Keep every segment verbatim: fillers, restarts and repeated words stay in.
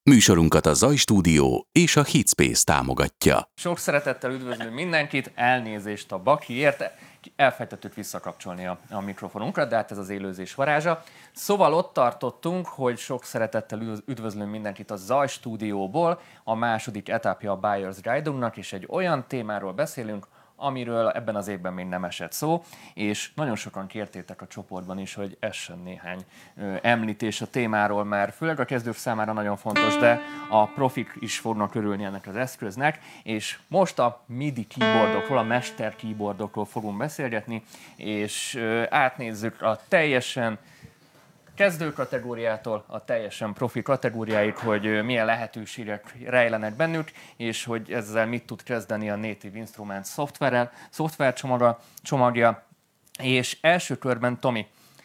Műsorunkat a Zaj Stúdió és a Hitspace támogatja. Sok szeretettel üdvözlünk mindenkit, elnézést a Bakiért, elfelejtettük visszakapcsolni a, a mikrofonunkat, de hát ez az élőzés varázsa. Szóval ott tartottunk, hogy sok szeretettel üdvözlünk mindenkit a Zaj Stúdióból, a második etapja a Buyer's Guide-unknak, és egy olyan témáról beszélünk, amiről ebben az évben még nem esett szó, és nagyon sokan kértétek a csoportban is, hogy essen néhány ö, említés a témáról, mert főleg a kezdők számára nagyon fontos, de a profik is fognak örülni ennek az eszköznek, és most a MIDI keyboardokról, a mester keyboardokról fogunk beszélgetni, és ö, átnézzük a teljesen kezdő kategóriától a teljesen profi kategóriáig, hogy milyen lehetőségek rejlenek bennük, és hogy ezzel mit tud kezdeni a Native Instruments szoftverrel, szoftvercsomaga, csomagja. És első körben, Tomi,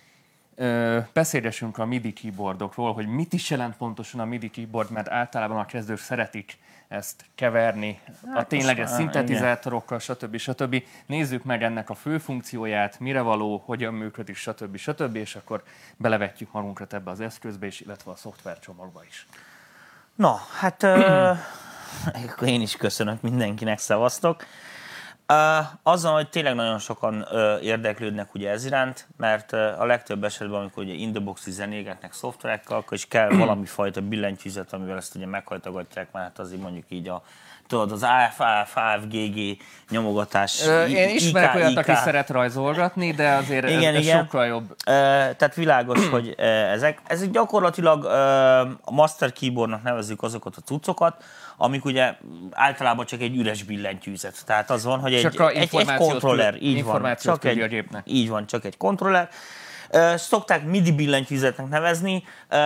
beszélgessünk a MIDI keyboardokról, hogy mit is jelent pontosan a MIDI keyboard, mert általában a kezdők szeretik ezt keverni hát a tényleges szintetizátorokkal, stb. stb. Nézzük meg ennek a fő funkcióját, mire való, hogyan működik, stb. stb. És akkor belevetjük magunkat ebbe az eszközbe is, illetve a szoftvercsomagba is. Na, hát uh, akkor én is köszönök mindenkinek, szevasztok. Uh, azon, hogy tényleg nagyon sokan uh, érdeklődnek ugye ez iránt, mert uh, a legtöbb esetben, amikor ugye in the box-i zenégetnek szoftverekkel, akkor is kell valami fajta billentyűzet, amivel ezt ugye meghajtogatják, mert hát azért mondjuk így a, tudod, az á ef, á ef, á ef gé gé nyomogatás. Ö, én ismerek olyat, aki szeret rajzolgatni, de azért igen, ez, ez igen. sokkal jobb. Uh, tehát világos, hogy uh, ezek, ezek gyakorlatilag uh, a master keyboardnak nevezzük azokat a cuccokat, amik ugye általában csak egy üres billentyűzet. Tehát az van, hogy egy, egy, egy kontroller, így van, csak egy, a így van, csak egy kontroller. Uh, szokták MIDI billentyűzetnek nevezni. Uh,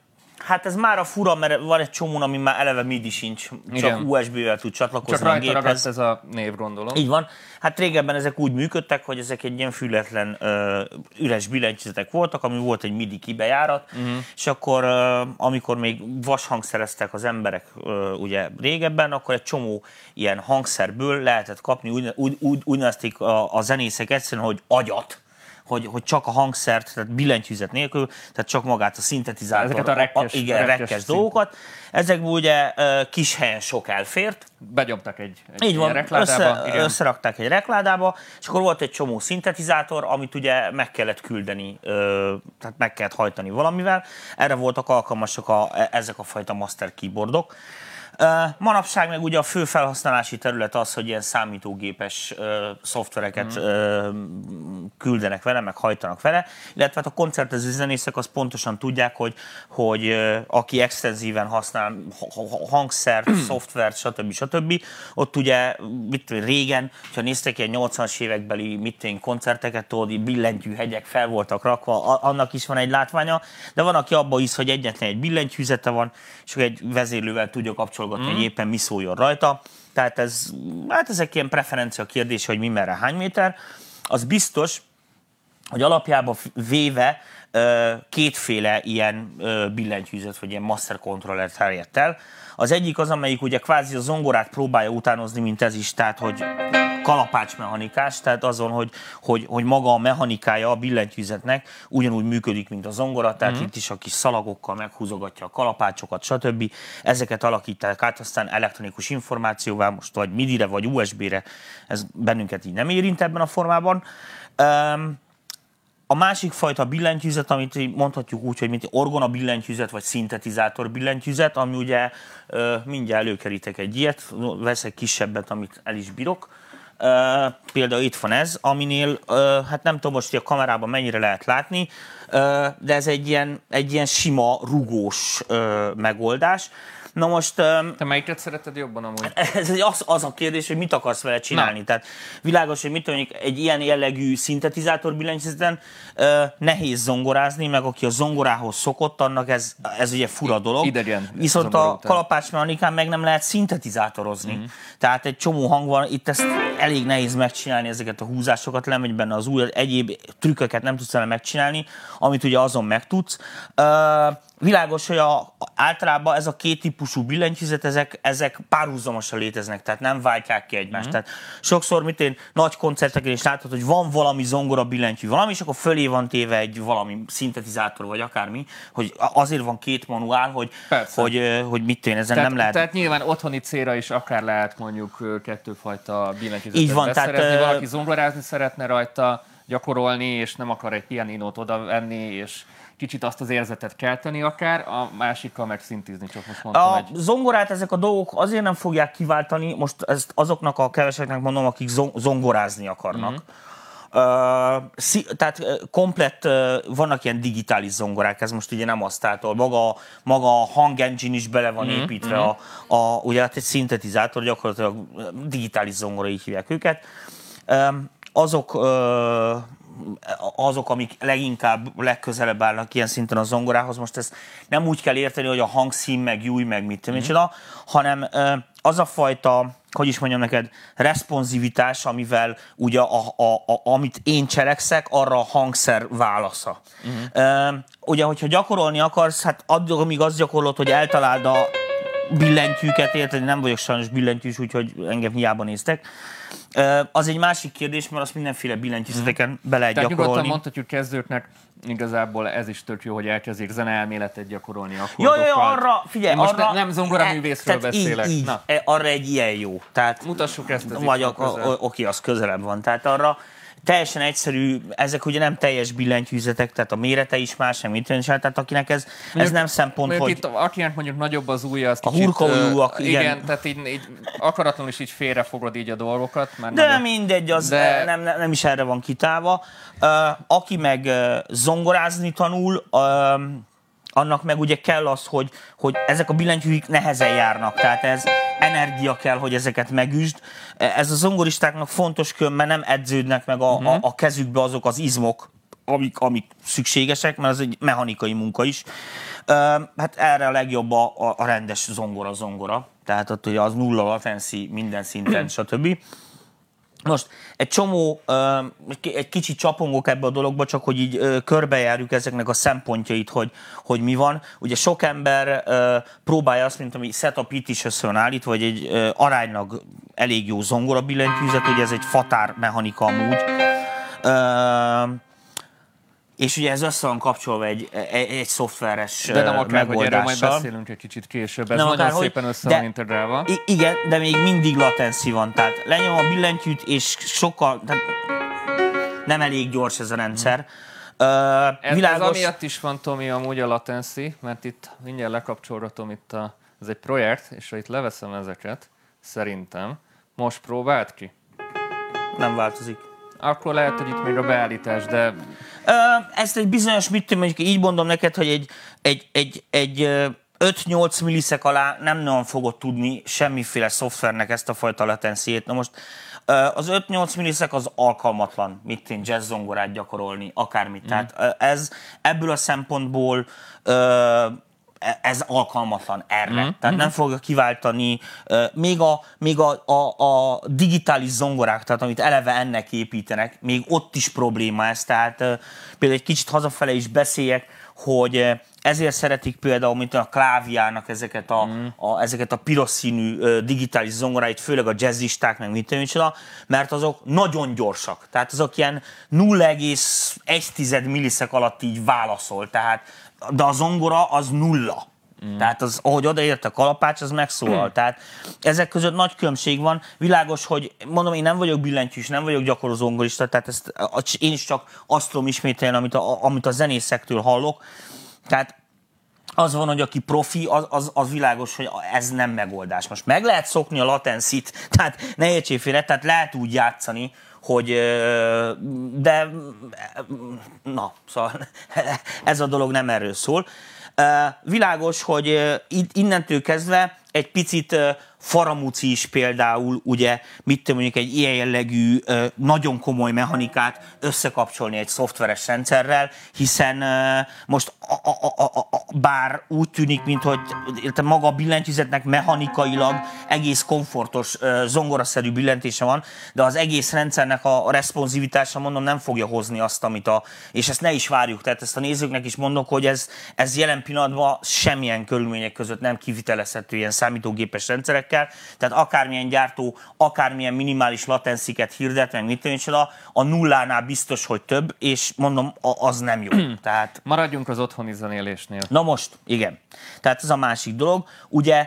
hát ez már a fura, mert van egy csomó, ami már eleve MIDI sincs, csak igen. u es bé-vel tud csatlakozni csak a géphez. Csak rajta ez a név, gondolom. Így van. Hát régebben ezek úgy működtek, hogy ezek egy ilyen fületlen uh, üres billentyűzetek voltak, ami volt egy MIDI kibejárat, uh-huh. és akkor uh, amikor még vashangszereztek az emberek uh, ugye régebben, akkor egy csomó ilyen hangszerből lehetett kapni, úgy, úgy, úgy, úgy nevezték a, a zenészek egyszerűen, hogy agyat. Hogy, hogy csak a hangszert, tehát billentyűzet nélkül, tehát csak magát a szintetizátort, ezeket a rekkes, a, igen, rekkes, rekkes dolgokat. Ezekből ugye kis helyen sok elfért. Begyomtak egy, egy így van, rekládába. Össze, összerakták egy rekládába, és akkor volt egy csomó szintetizátor, amit ugye meg kellett küldeni, tehát meg kellett hajtani valamivel. Erre voltak alkalmasak a, ezek a fajta master keyboardok. Manapság meg ugye a fő felhasználási terület az, hogy ilyen számítógépes uh, szoftvereket mm. uh, küldenek vele, meg hajtanak vele, illetve hát a koncertező zenészek azt pontosan tudják, hogy, hogy uh, aki extenzíven használ hangszert, mm. szoftvert, stb. stb. Ott ugye mit régen, ha néztek ilyen nyolcvanas évekbeli mit koncerteket, tudod, billentyűhegyek fel voltak rakva, annak is van egy látványa, de van, aki abban hisz, hogy egyetlen egy billentyűzete van, és egy vezérlővel tudja kapcsolni, Mm. hogy éppen mi szóljon rajta. Tehát ez, hát ezek ilyen preferencia kérdés, hogy mi merre hány méter. Az biztos, hogy alapjában véve kétféle ilyen billentyűzet, vagy ilyen master controller terjedt el. Az egyik az, amelyik ugye kvázi a zongorát próbálja utánozni, mint ez is, tehát hogy kalapácsmechanikás, tehát azon, hogy, hogy, hogy maga a mechanikája a billentyűzetnek ugyanúgy működik, mint a zongora, tehát mm-hmm. itt is a kis szalagokkal meghúzogatja a kalapácsokat, stb. Ezeket alakítják át, aztán elektronikus információval, most vagy midire, vagy u es bé-re, ez bennünket így nem érint ebben a formában. Um, A másik fajta billentyűzet, amit mondhatjuk úgy, hogy mint orgona billentyűzet, vagy szintetizátor billentyűzet, ami ugye mindjárt előkerítek egy ilyet, veszek kisebbet, amit el is bírok. Például itt van ez, aminél, hát nem tudom most, hogy a kamerában mennyire lehet látni, de ez egy ilyen, egy ilyen sima, rugós megoldás. Na most... Te melyiket szereted jobban amúgy? Ez az, az a kérdés, hogy mit akarsz vele csinálni. Na. Tehát világos, hogy mit mondjuk egy ilyen jellegű szintetizátor billentyűzeten uh, nehéz zongorázni, meg aki a zongorához szokott, annak ez, ez ugye fura dolog. Idegen. Viszont a kalapácsmechanikán meg nem lehet szintetizátorozni. Mm-hmm. Tehát egy csomó hang van, itt ezt elég nehéz megcsinálni, ezeket a húzásokat, lemegy benne az új, egyéb trükköket nem tudsz vele megcsinálni. amit ugye azon megtudsz. Világos, hogy a, általában ez a két típusú billentyűzet, ezek, ezek párhuzamosan léteznek, tehát nem váltják ki egymást. Mm. Tehát sokszor, mint én nagy koncerteken is látod, hogy van valami zongora billentyű, valami, és akkor fölé van téve egy valami szintetizátor, vagy akármi, hogy azért van két manuál, hogy, hogy, hogy mit tűn, ezen tehát, nem lehet. Tehát nyilván otthoni célra is akár lehet mondjuk kettőfajta billentyűzetet így van, beszerezni, tehát, valaki zongorázni szeretne rajta, gyakorolni, és nem akar egy pianinót oda venni, és kicsit azt az érzetet kelteni akár, a másikkal meg szintizni, csak most mondtam a egy... zongorát ezek a dolgok azért nem fogják kiváltani, most ezt azoknak a keveseknek mondom, akik zongorázni akarnak. Mm-hmm. Uh, szí, tehát uh, komplett uh, vannak ilyen digitális zongorák, ez most ugye nem aztától, maga, maga a hangengine is bele van mm-hmm. építve, mm-hmm. a, a, ugye hát egy szintetizátor, gyakorlatilag digitális zongora, így hívják őket. Um, azok uh, azok, amik leginkább, legközelebb állnak ilyen szinten a zongorához. Most ezt nem úgy kell érteni, hogy a hangszín, meg júj, meg mit tudom, mm. hanem az a fajta, hogy is mondjam neked, responsivitás, amivel ugye a, a, a, amit én cselekszek, arra a hangszer válasza. Mm. Ugye, hogyha gyakorolni akarsz, hát addig, amíg azt gyakorlod, hogy eltaláld a billentyűket, érted? Nem vagyok sajnos billentyűs, úgyhogy engem hiába néztek. Az egy másik kérdés, mert azt mindenféle billentyűzeteken be lehet Tehát gyakorolni. nyugodtan mondhatjuk kezdőknek, igazából ez is tök jó, hogy elkezdik zeneelméletet gyakorolni akkordokkal. Jó, jó, arra, figyelj, most arra... Ne, nem zongoraművészről beszélek. Így, így, Na. arra egy ilyen jó. Tehát, mutassuk ezt. Vagy oké, az közelebb van. Tehát arra teljesen egyszerű, ezek ugye nem teljes billentyűzetek, tehát a mérete is más, sem mit jön, tehát akinek ez, mondjuk, ez nem szempont, hogy... Itt, akinek mondjuk nagyobb az ujja, az a hurkolóak, uh, igen. igen, tehát így, így akaratlanul is így félrefogod így a dolgokat. Már de nem mindegy, az de... nem, nem, nem is erre van kitálva. Uh, aki meg uh, zongorázni tanul, uh, annak meg ugye kell az, hogy, hogy ezek a billentyűk nehezen járnak, tehát ez energia kell, hogy ezeket megüsd. Ez a zongoristáknak fontos kör, mert nem edződnek meg a, uh-huh. a, a kezükbe azok az izmok, amik, amik szükségesek, mert ez egy mechanikai munka is. Uh, hát erre a legjobb a, a, a rendes zongora-zongora, tehát ott ugye az nulla latency minden szinten, stb. Most egy csomó, egy kicsit csapongok ebbe a dologba, csak hogy így körbejárjuk ezeknek a szempontjait, hogy, hogy mi van. Ugye sok ember próbálja azt, mint ami setup itt is össze van állítva, vagy egy aránylag elég jó zongora billentyűzet, ugye ez egy fatár mechanika amúgy. És ugye ez össze van kapcsolva egy, egy, egy szoftveres megoldással. De nem akár, hogy erről majd beszélünk egy kicsit később. Ez nem nagyon akár, szépen össze van integrálva. Igen, de még mindig latency van. Tehát lenyom a billentyűt, és sokkal... Tehát nem elég gyors ez a rendszer. Hmm. Uh, ez, világos... ez amiatt is van, Tomi, amúgy a latency, mert itt mindjárt lekapcsolgatom itt a... Ez egy projekt, és ha itt leveszem ezeket, szerintem. Most próbáld ki? Nem változik. Akkor lehet, hogy itt még a beállítás, de... Ezt egy bizonyos, mit tudom, mondjuk így mondom neked, hogy egy, egy, egy, egy öt-nyolc milliszek alá nem nagyon fogod tudni semmiféle szoftvernek ezt a fajta latencyét. Na most az öt-nyolc milliszek az alkalmatlan, mit én jazz zongorát gyakorolni, akármit. Mm. Tehát ez ebből a szempontból ez alkalmatlan erre. Mm. Tehát nem fogja kiváltani még a, még a, a, a digitális zongorák, tehát amit eleve ennek építenek, még ott is probléma ez. Tehát például egy kicsit hazafele is beszéljek, hogy ezért szeretik például, mint a Klaviának ezeket a, mm. a, ezeket a piros színű digitális zongoráit, főleg a jazzisták, meg mit tudom, mert azok nagyon gyorsak. Tehát azok ilyen nulla egész egy milliszek alatt így válaszol. Tehát de a zongora az nulla. Mm. Tehát az, ahogy odaért a kalapács, az megszólal. Mm. Tehát ezek között nagy különbség van. Világos, hogy mondom, én nem vagyok billentyűs, nem vagyok gyakorló zongorista, tehát ezt, én is csak azt tudom ismételni, amit a, amit a zenészektől hallok. Tehát az van, hogy aki profi, az, az, az világos, hogy ez nem megoldás. Most meg lehet szokni a latencyt, tehát ne értsél félre, tehát lehet úgy játszani, hogy de na, szóval ez a dolog nem erről szól. Világos, hogy innentől kezdve egy picit Faramuci is például, ugye, mit tudom, mondjuk egy ilyen jellegű, nagyon komoly mechanikát összekapcsolni egy szoftveres rendszerrel, hiszen most a, a, a, a, bár úgy tűnik, minthogy maga a billentyűzetnek mechanikailag egész komfortos, zongoraszerű billentése van, de az egész rendszernek a responsivitása, mondom, nem fogja hozni azt, amit a... És ezt ne is várjuk, tehát ezt a nézőknek is mondok, hogy ez, ez jelen pillanatban semmilyen körülmények között nem kivitelezhető ilyen számítógépes rendszerekkel, tehát akármilyen gyártó, akármilyen minimális latenciket hirdet, meg mit tudom, a nullánál biztos, hogy több, és mondom, az nem jó. Tehát... Maradjunk az otthoni zenélésnél. Na most, igen. Tehát ez a másik dolog. Ugye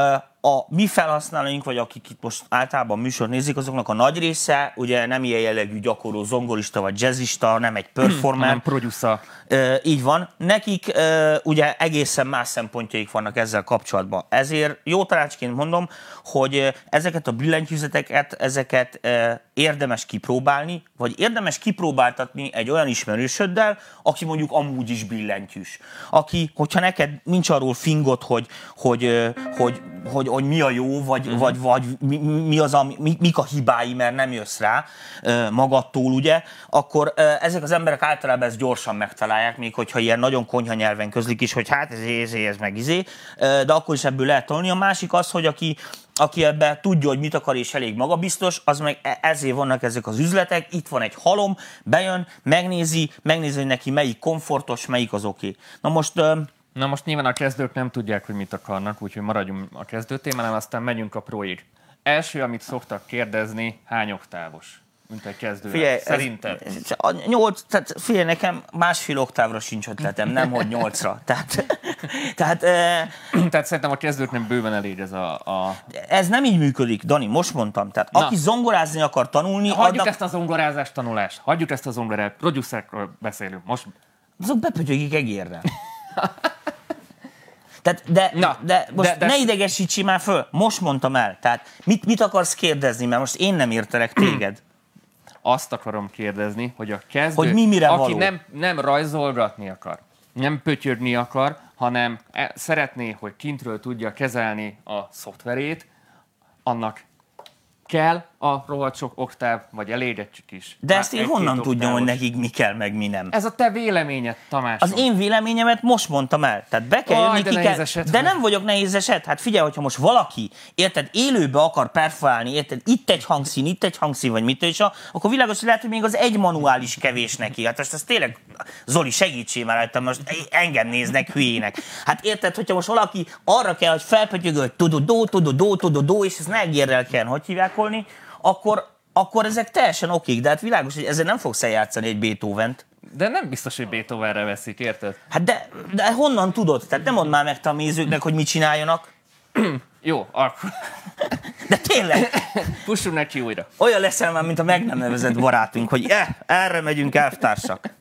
a mi felhasználóink, vagy akik itt most általában műsor nézik, azoknak a nagy része ugye nem ilyen jellegű gyakorló zongorista vagy jazzista, nem egy performer. Nem producer. Így van. Nekik ugye egészen más szempontjaik vannak ezzel kapcsolatban. Ezért jó tanácsként mondom, hogy ezeket a billentyűzeteket, ezeket érdemes kipróbálni, vagy érdemes kipróbáltatni egy olyan ismerősöddel, aki mondjuk amúgy is billentyűs. Aki, hogyha neked nincs arról fingot, hogy, hogy, hogy, hogy, hogy mi a jó, vagy, uh-huh. vagy, vagy mi, mi az a, mi, mik a hibái, mert nem jössz rá magadtól, ugye, akkor ezek az emberek általában ezt gyorsan megtalálják, még hogyha ilyen nagyon konyha nyelven közlik is, hogy hát ez, ez, ez meg izé, de akkor is ebből lehet tanulni. A másik az, hogy aki aki ebben tudja, hogy mit akar és elég magabiztos, az meg ezért vannak ezek az üzletek, itt van egy halom, bejön, megnézi, megnézi, hogy neki melyik komfortos, melyik az oké. Okay. Na most... Na most nyilván a kezdők nem tudják, hogy mit akarnak, úgyhogy maradjunk a kezdőtémánál, aztán megyünk a proig. Első, amit szoktak kérdezni, hány oktávos? Mint egy kezdő. Figyelj, szerinted? Ez, a nyolc, tehát figyelj, nekem másfél oktávra sincs ötletem, nem hogy nyolcra. Tehát, tehát, e... tehát szerintem a kezdőknek bőven elég ez a, a... Ez nem így működik, Dani, most mondtam. Tehát Na. aki zongorázni akar tanulni... Hagyjuk adnak... ezt a zongorázás tanulást. Hagyjuk ezt a zongorát. Producerről beszélünk. Most... Azok bepötyögik egérrel. Tehát, de, Na, de most de, de... ne idegesítsi már föl. Most mondtam el. Tehát mit, mit akarsz kérdezni, mert most én nem értelek téged. Azt akarom kérdezni, hogy a kezdő, hogy mi mire aki való? nem, nem rajzolgatni akar, nem pötyögni akar, hanem e, szeretné, hogy kintről tudja kezelni a szoftverét, annak kell a rohadt sok oktáv, vagy elég egy kis. De ezt én honnan tudjam, hogy nekik mi kell, meg mi nem? Ez a te véleményed, Tamás. Az én véleményemet most mondtam el. Tehát be kell jönni, de ki kell... eset, De nem vagyok nehéz eset. Hát figyelj, hogyha most valaki, érted, élőbe akar perforálni, érted, itt egy hangszín, itt egy hangszín, vagy mit is, akkor világos, hogy lehet, hogy még az egy manuális kevés neki. Hát most ez tényleg, Zoli, segítsél már rajtam, most engem néznek hülyének. Hát érted, hogyha most valaki arra kell, hogy felpötyögő, hogy tudodó, tudodó, tudodó, és ez negérrel kell, hogy hívjákolni, akkor, akkor ezek teljesen okék, de hát világos, hogy ezzel nem fogsz eljátszani egy Beethovent. De nem biztos, hogy Beethovenre veszik, érted? Hát de, de honnan tudod? Tehát nem mondd már meg te a nézőknek, hogy mit csináljanak. Jó, akkor... De tényleg. Fussunk neki újra. Olyan leszel már, mint a meg nem nevezett barátunk, hogy eh, erre megyünk, elvtársak.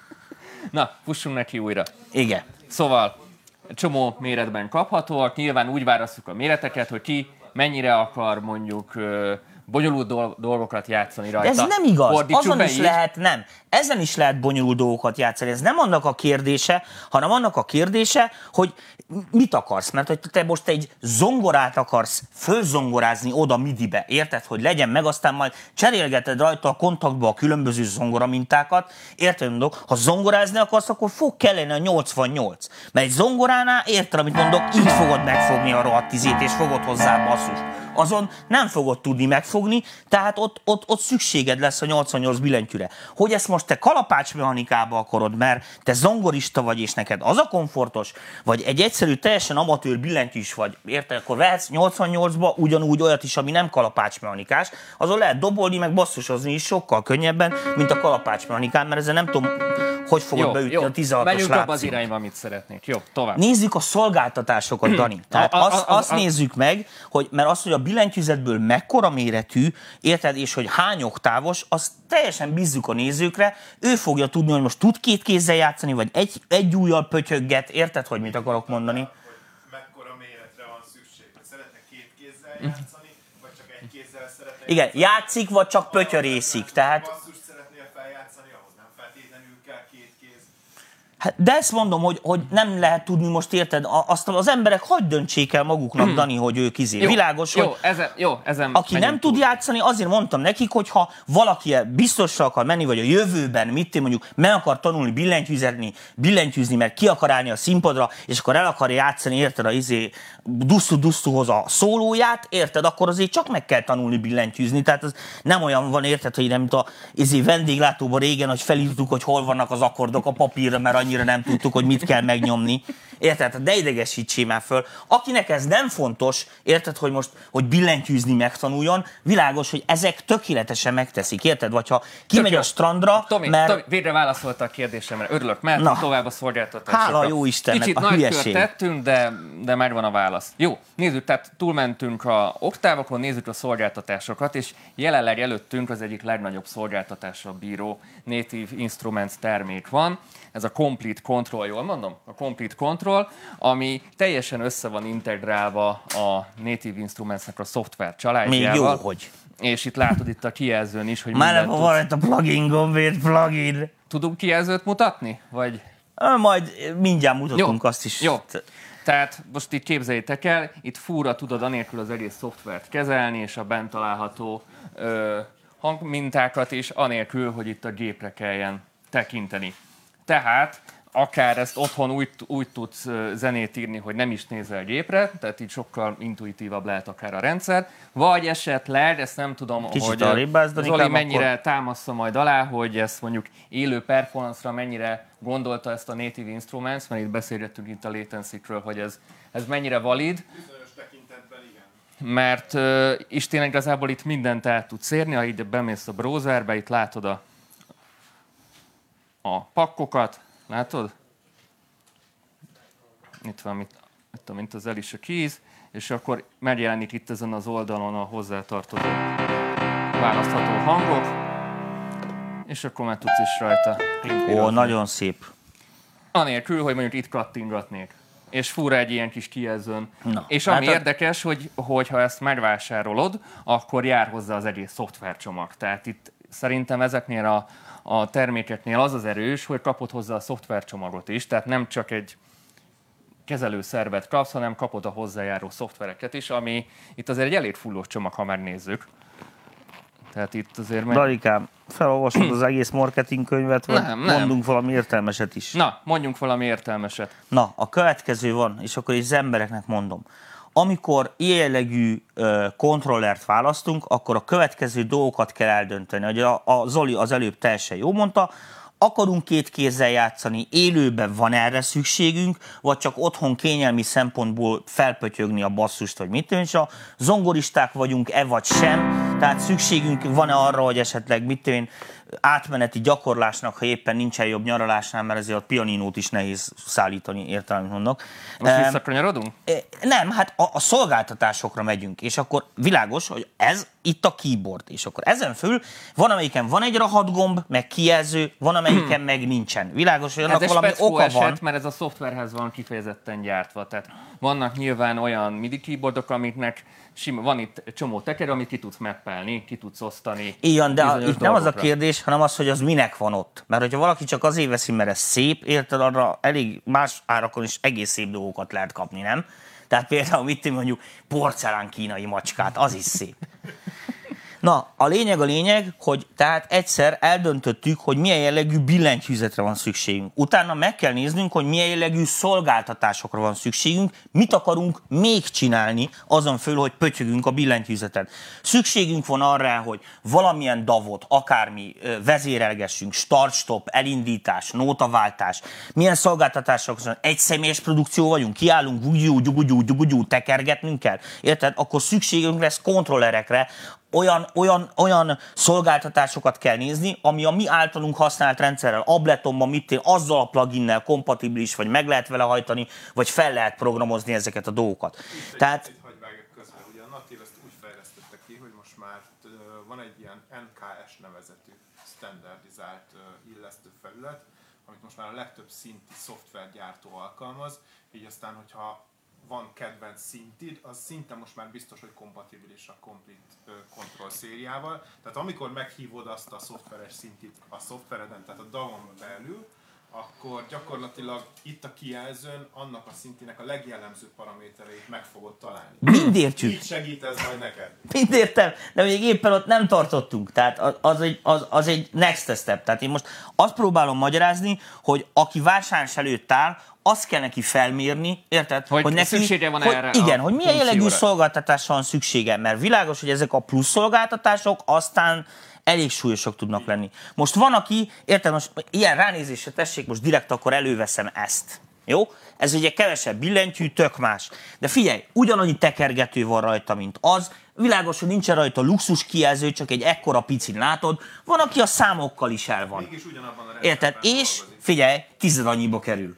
Na, fussunk neki újra. Igen. Szóval csomó méretben kaphatóak, nyilván úgy választjuk a méreteket, hogy ki mennyire akar mondjuk bonyolult dolgokat játszani rajta. De ez nem igaz. Fordítsuk Azon is így. lehet, nem. Ezen is lehet bonyolult dolgokat játszani. Ez nem annak a kérdése, hanem annak a kérdése, hogy mit akarsz. Mert hogy te most egy zongorát akarsz fölzongorázni oda midibe, érted, hogy legyen meg, aztán majd cserélgeted rajta a kontaktba a különböző zongoramintákat, érted, mondok, ha zongorázni akarsz, akkor fog kellene a nyolcvannyolc. Mert egy zongoránál, érted, amit mondok, így fogod megfogni a rohadt izét, és fogod hozzá basszust. Azon nem fogod tudni megfogni, tehát ott, ott, ott szükséged lesz a nyolcvannyolc billentyűre. Hogy ezt most te kalapácsmechanikába akarod, mert te zongorista vagy, és neked az a komfortos, vagy egy egyszerű, teljesen amatőr billentyűs vagy, érted? Akkor vehetsz nyolcvannyolcba ugyanúgy olyat is, ami nem kalapácsmechanikás, azon lehet dobolni, meg basszusozni is sokkal könnyebben, mint a kalapácsmechanikán, mert ezzel nem tudom, hogy fogod jó, beütni jó. a tizenhatos lábcímet. Menjünk abba az irányba, amit szeretnék. Jó, tovább. Nézzük a szolgáltatásokat, Dani. Tehát a, a, a, azt, azt a, a, nézzük meg, hogy, mert az, hogy a billentyűzetből mekkora méretű, érted, és hogy hány oktávos, azt teljesen bízzuk a nézőkre, ő fogja tudni, hogy most tud két kézzel játszani, vagy egy, egy ujjal pötyögget, érted, hogy mit akarok mondani? Hogy mekkora méretre van szükség? Szeretne két kézzel játszani, vagy csak egy kézzel szeretne Igen, játszani? játszik, vagy csak pötyörészik, tehát... Basszust szeretnél feljátszani, ahhoz nem feltétlenül kell két kéz. Hát, de ezt mondom, hogy, hogy nem lehet tudni most, érted, azt az emberek hagyd döntsék el maguknak, hmm. Dani, hogy ők izé. Jó, Világos, jó, hogy ezen, jó, ezen aki nem tud játszani, azért mondtam nekik, hogy ha valaki biztosra akar menni, vagy a jövőben, mit én mondjuk, meg akar tanulni billentyűzni, billentyűzni, mert ki akar állni a színpadra, és akkor el akar játszani, érted, a izé dusztu-dusztuhoz a szólóját, érted, akkor azért csak meg kell tanulni billentyűzni. Tehát ez nem olyan van, érted, hogy nem, mint a izé vendéglátóban régen, hogy felírtuk, hogy hol vannak az akkordok a papírra, mert annyira nem tudtuk, hogy mit kell megnyomni. Érted? De idegesítsél már föl. Akinek ez nem fontos, érted, hogy most, hogy billentyűzni megtanuljon, világos, hogy ezek tökéletesen megteszik, érted? Vagy ha kimegy a strandra, Tomi, mert... Tomi, végre válaszolta a kérdésemre. Örülök, mehetünk tovább a szolgáltatásokra. Hála jó Istennek, Kicsit a nagy hülyeség. kört tettünk, de, de megvan a válasz. Jó, nézzük, tehát túlmentünk a oktávokon, nézzük a szolgáltatásokat, és jelenleg előttünk az egyik legnagyobb szolgáltatásra bíró Native Instruments termék van. Ez a Complete Control, jól mondom? A Complete Control, ami teljesen össze van integrálva a Native Instruments-nek a szoftver családjával. Még jó, hogy. És itt látod itt a kijelzőn is, hogy már mindent nem van itt a plugin gombért, plugin. Tudunk kijelzőt mutatni? Vagy... Majd mindjárt mutatunk jó, azt is. Jó. Tehát most itt képzeljétek el, itt fúra tudod anélkül az egész szoftvert kezelni, és a bent található ö, hangmintákat is, anélkül, hogy itt a gépre kelljen tekinteni. Tehát akár ezt otthon úgy, úgy tudsz zenét írni, hogy nem is nézel gépre, tehát így sokkal intuitívabb lehet akár a rendszer, vagy esetleg, ezt nem tudom, kicsit hogy Zoli mennyire akkor... támaszza majd alá, hogy ezt mondjuk élő performance-ra mennyire gondolta ezt a Native Instruments, mert itt beszélgettünk itt a latency-kről, hogy ez, ez mennyire valid. Bizonyos tekintetben igen. Mert uh, is tényleg igazából itt mindent el tudsz érni, ha ide bemész a browserbe, itt látod a, a pakkokat, látod? Itt van, mint, itt, mint az Alicia Keys, és akkor megjelenik itt ezen az oldalon a hozzátartozó választható hangok, és akkor már tudsz is rajta rimpiratni. Ó, nagyon szép. Anélkül, hogy mondjuk itt kattingatnék. És fúra egy ilyen kis kijelzőn. Na, és ami hát a... érdekes, hogy, hogy ha ezt megvásárolod, akkor jár hozzá az egész szoftvercsomag. Tehát itt szerintem ezeknél a, a termékeknél az az erős, hogy kapod hozzá a szoftvercsomagot is, tehát nem csak egy kezelőszervet kapsz, hanem kapod a hozzájáró szoftvereket is, ami itt azért egy elég fullós csomag, ha megnézzük. Tehát itt azért... Meg... Darikám, felolvasod az egész marketing könyvet, vagy nem, nem. mondunk valami értelmeset is? Na, mondjunk valami értelmeset. Na, a következő van, és akkor is az embereknek mondom. Amikor ilyen jellegű uh, kontrollert választunk, akkor a következő dolgokat kell eldönteni. Hogy a, a Zoli az előbb teljesen jó mondta, akarunk két kézzel játszani, élőben van erre szükségünk, vagy csak otthon kényelmi szempontból felpötyögni a basszust, vagy mit és a zongoristák vagyunk-e vagy sem, tehát szükségünk van-e arra, hogy esetleg mit én, átmeneti gyakorlásnak, ha éppen nincsen jobb nyaralásnál, mert ezért a pianinót is nehéz szállítani, értelemben mondok. Most um, visszakanyarodunk? Nem, hát a, a szolgáltatásokra megyünk, és akkor világos, hogy ez itt a keyboard, és akkor ezen fölül van, amelyiken van egy rahatgomb, meg kijelző, van, amelyiken meg nincsen. Világos, hogy annak valami oka eset, van. Mert ez a szoftverhez van kifejezetten gyártva, tehát vannak nyilván olyan midi keyboardok, amiknek sima, van itt egy csomó tekerő, amit ki tudsz mappelni, ki tudsz osztani. Igen, de a, itt nem az a kérdés, kérdés, hanem az, hogy az minek van ott. Mert hogyha valaki csak azért veszi, mert ez szép, érted, arra elég más árakon is egész szép dolgokat lehet kapni, nem? Tehát például mit mondjuk porcelán kínai macskát, az is szép. Na, a lényeg a lényeg, hogy tehát egyszer eldöntöttük, hogy milyen jellegű billentyűzetre van szükségünk. Utána meg kell néznünk, hogy milyen jellegű szolgáltatásokra van szükségünk, mit akarunk még csinálni azon föl, hogy pötyögünk a billentyűzeten. Szükségünk van arra, hogy valamilyen davot, akármi vezérelgessünk, start-stop, elindítás, nótaváltás, milyen szolgáltatások van, egy személyes produkció vagyunk, kiállunk, gugyú, gugyú, gugyú, tekergetnünk kell, érted? Akkor szükségünk lesz kontrollerekre, Olyan, olyan, olyan szolgáltatásokat kell nézni, ami a mi általunk használt rendszerrel, Abletonban, mit én, azzal a pluginnel kompatibilis, vagy meg lehet vele hajtani, vagy fel lehet programozni ezeket a dolgokat. Itt Tehát... egy, egy hagyvágok közben, ugye a Native ezt úgy fejlesztette ki, hogy most már uh, van egy ilyen en ká es nevezetű standardizált uh, illesztő felület, amit most már a legtöbb szinti szoftvergyártó alkalmaz, így aztán, hogyha van kedvenc szintid, az szinte most már biztos, hogy kompatibilis a Complete Control szériával. Tehát amikor meghívod azt a szoftveres szintit a szoftvereden, tehát a davon belül, akkor gyakorlatilag itt a kijelzőn annak a szintinek a legjellemzőbb paramétereit meg fogod találni. Mind értjük. Így segít ez majd neked. Mind értem, de még éppen ott nem tartottunk. Tehát az egy, az, az egy next step. Tehát én most azt próbálom magyarázni, hogy aki vásárlás előtt áll, azt kell neki felmérni, érted? Hogy, hogy neki, szüksége van hogy, erre. Igen, hogy milyen jellegű funkcióra. szolgáltatásra van szüksége, mert világos, hogy ezek a plusz szolgáltatások aztán elég súlyosak tudnak lenni. Most van, aki, érted, most ilyen ránézésre tessék, most direkt akkor előveszem ezt. Jó? Ez ugye kevesebb billentyű, tök más. De figyelj, ugyanannyi tekergető van rajta, mint az. Világos, hogy nincsen rajta luxus kijelző, csak egy ekkora picin látod. Van, aki a számokkal is el van. Mégis ugyanabban a Érted? És figyelj, tized annyiba kerül.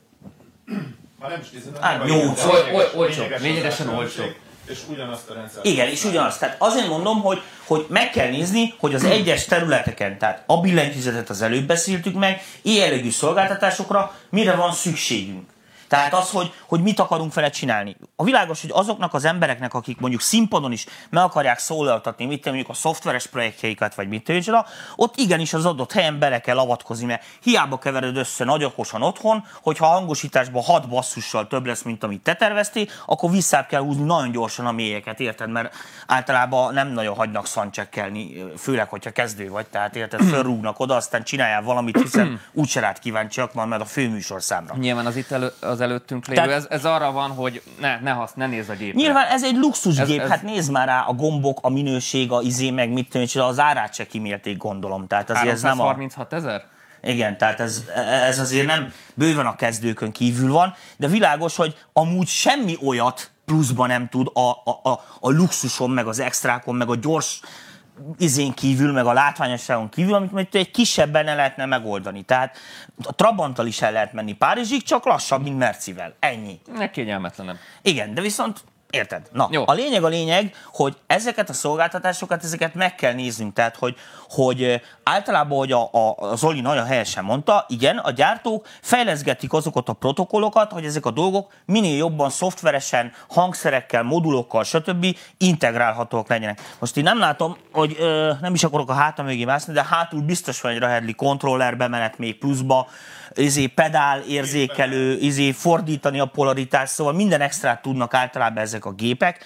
Ha nem is tízed, Á, nyolc. Olcsó, lényegesen olcsó. És ugyanazt a rendszert. Igen, és ugyanaz. Tehát azért mondom, hogy, hogy meg kell nézni, hogy az egyes területeken, tehát a billentyűzetet az előbb beszéltük meg, ilyen jellegű szolgáltatásokra mire van szükségünk. Tehát az, hogy, hogy mit akarunk vele csinálni. A világos, hogy azoknak az embereknek, akik mondjuk színpadon is meg akarják szólaltatni, mit mondjuk a szoftveres projektjeiket, vagy mit tőle, ott igenis az adott helyen bele kell avatkozni, mert hiába kevered össze nagy okosan otthon, hogyha a hangosításban hat basszussal több lesz, mint amit te terveztél, akkor visszább kell húzni nagyon gyorsan a mélyeket, érted? Mert általában nem nagyon hagynak szantcsekkelni, főleg, hogyha kezdő vagy, tehát érted, fölrúgnak oda, aztán csináljál valamit, hiszen úgyse rád kíváncsiak van, mert a főműsorszámra. Nyilván az itt elő, az előttünk lévő, Tehát, ez, ez arra van, hogy ne, ne, hasz, ne nézz a gépre. Nyilván ez egy luxusgép, Ez- ez- hát nézd már rá a gombok, a minőség, a izé, meg mit tudom, az árát se kimérték, gondolom. Tehát azért ez nem a... háromszázharminchat ezer? Igen, tehát ez, ez azért nem bőven a kezdőkön kívül van, de világos, hogy amúgy semmi olyat pluszban nem tud a, a, a, a luxuson, meg az extrákon, meg a gyors izén kívül, meg a látványosságon kívül, amit majd egy kisebben ne lehetne megoldani. Tehát a Trabanttal is el lehet menni Párizsig, csak lassabb, mint Mercivel. Ennyi. Ne kényelmetlenem. Igen, de viszont érted? Na, Jó. a lényeg a lényeg, hogy ezeket a szolgáltatásokat, ezeket meg kell néznünk. Tehát, hogy, hogy általában, hogy a, a, a Zoli nagyon helyesen mondta, igen, a gyártók fejleszgetik azokat a protokollokat, hogy ezek a dolgok minél jobban szoftveresen, hangszerekkel, modulokkal, stb. Integrálhatóak legyenek. Most én nem látom, hogy ö, nem is akarok a hátam mögé mászni, de hátul biztos van egy Rahedli kontroller bemenet még pluszba, izé, pedál érzékelő, izé, fordítani a polaritást, szóval minden extrát tudnak általában ezek a gépek.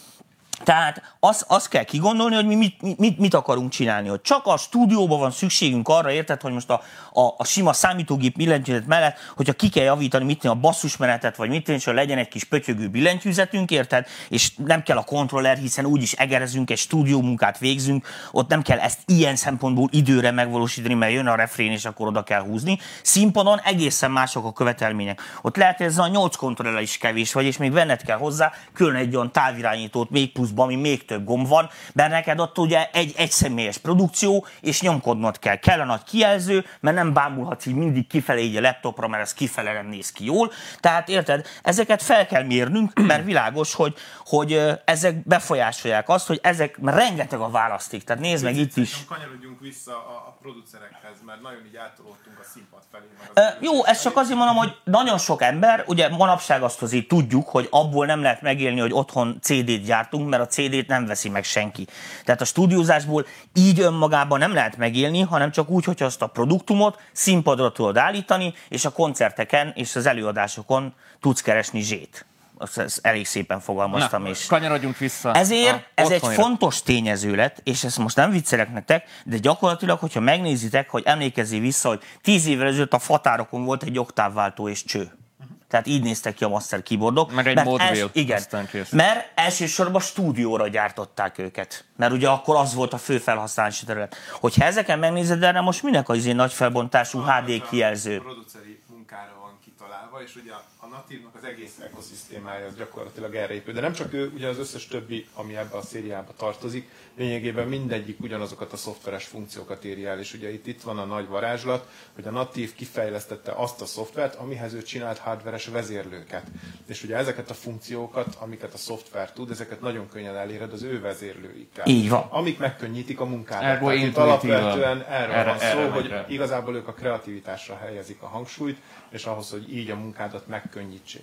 Tehát azt, azt kell kigondolni, hogy mi mit, mit, mit akarunk csinálni. Hogy csak a stúdióban van szükségünk arra, érted, hogy most a, a, a sima számítógép billentyűzet mellett, hogyha ki kell javítani, mit a basszusmenetet, vagy mit hogy legyen egy kis pötyögő billentyűzetünk, érted, és nem kell a kontroller, hiszen úgyis egerezünk, egy stúdió munkát végzünk, ott nem kell ezt ilyen szempontból időre megvalósítani, mert jön a refrén, és akkor oda kell húzni. Színpadon egészen mások a követelmények. Ott lehet, hogy ez a nyolc kontroller is kevés vagy, és még venned kell hozzá külön egy olyan távirányítót, még pluszban, ami még több gomb van, mert neked ott ugye egy egyszemélyes produkció, és nyomkodnod kell. Kell a nagy kijelző, mert nem bámulhatsz így mindig kifelé így a laptopra, mert ez kifele nem néz ki jól. Tehát érted, ezeket fel kell mérnünk, mert világos, hogy, hogy ezek befolyásolják azt, hogy ezek, mert rengeteg a választék. Tehát nézd meg itt is. Kanyarodjunk vissza a, a producerekhez, mert nagyon így átolódtunk a színpad felé. Uh, jó, ezt csak azért mondom, hogy nagyon sok ember, ugye manapság azt azért tudjuk, hogy abból nem lehet megélni, hogy otthon cé dét gyártunk, mert a cé dét nem veszi meg senki. Tehát a stúdiózásból így önmagában nem lehet megélni, hanem csak úgy, hogy azt a produktumot színpadra tudod állítani, és a koncerteken és az előadásokon tudsz keresni zsét. Azt, ezt elég szépen fogalmaztam. Na, és kanyarodjunk vissza. ezért ez egy otthonira. fontos tényező lett, és ezt most nem viccelek nektek, de gyakorlatilag, hogyha megnézitek, hogy emlékezzél vissza, hogy tíz évvel ezelőtt a fatárokon volt egy oktávváltó és cső. Tehát így néztek ki a master keyboardok. Meg egy mert modwheel, els, igen, aztán kész. mert elsősorban stúdióra gyártották őket. Mert ugye akkor az volt a fő felhasználási terület. Hogyha ezeken megnézed, erre most minek az ilyen nagy felbontású há dé kijelző? A produceri munkára van kitalálva, és ugye a natívnak az egész ekoszisztémája az gyakorlatilag erre épül. De nem csak ő, ugye az összes többi, ami ebbe a szériába tartozik, lényegében mindegyik ugyanazokat a szoftveres funkciókat éri el, és ugye itt, itt van a nagy varázslat, hogy a natív kifejlesztette azt a szoftvert, amihez ő csinált hardveres vezérlőket. És ugye ezeket a funkciókat, amiket a szoftver tud, ezeket nagyon könnyen eléred az ő vezérlőikkel. Így van. Amik megkönnyítik a munkát. Ergo Tehát itt intuitívan. alapvetően erről Erre- van szó, erre hogy megy rá. igazából ők a kreativitásra helyezik a hangsúlyt, és ahhoz, hogy így a munkádat megkönnyítsék.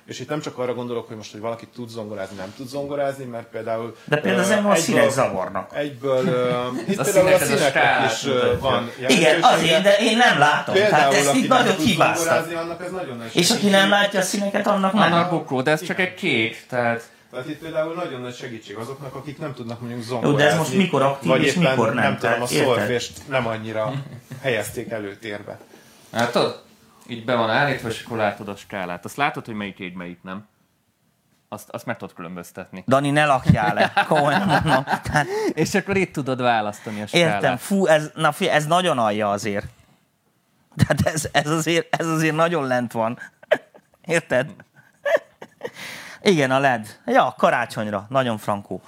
És itt nem csak arra gondolok, hogy most, hogy valaki tud zongorázni, nem tud zongorázni, mert például... De például az engem a színek zavarnak. Egyből... Uh, itt például a színeknek is uh, van... Igen, azért, de én nem látom. Például, tehát ezt így nagyon hibáztak. És aki nem látja a színeket, annak nem. Annak bukró, de ez csak egy kék, tehát... Tehát itt például nagyon nagy segítség azoknak, akik nem tudnak mondjuk zongorázni. Jó, de ez most mikor aktív és mikor nem. nem tudom, a szolfést nem annyira helyezték előtérbe. Látod? Így be van állítva, és akkor látod a skálát. Azt látod, hogy melyik egy, melyik nem? Azt, azt meg tudod különböztetni. Dani, ne lakjál le, komolyan mondom. Tehát, és akkor itt tudod választani a skálát. Értem, fú, ez, na, fí, ez nagyon alja azért. Tehát ez, ez, azért, ez azért nagyon lent van. Érted? Igen, a led. Ja, karácsonyra. Nagyon frankó.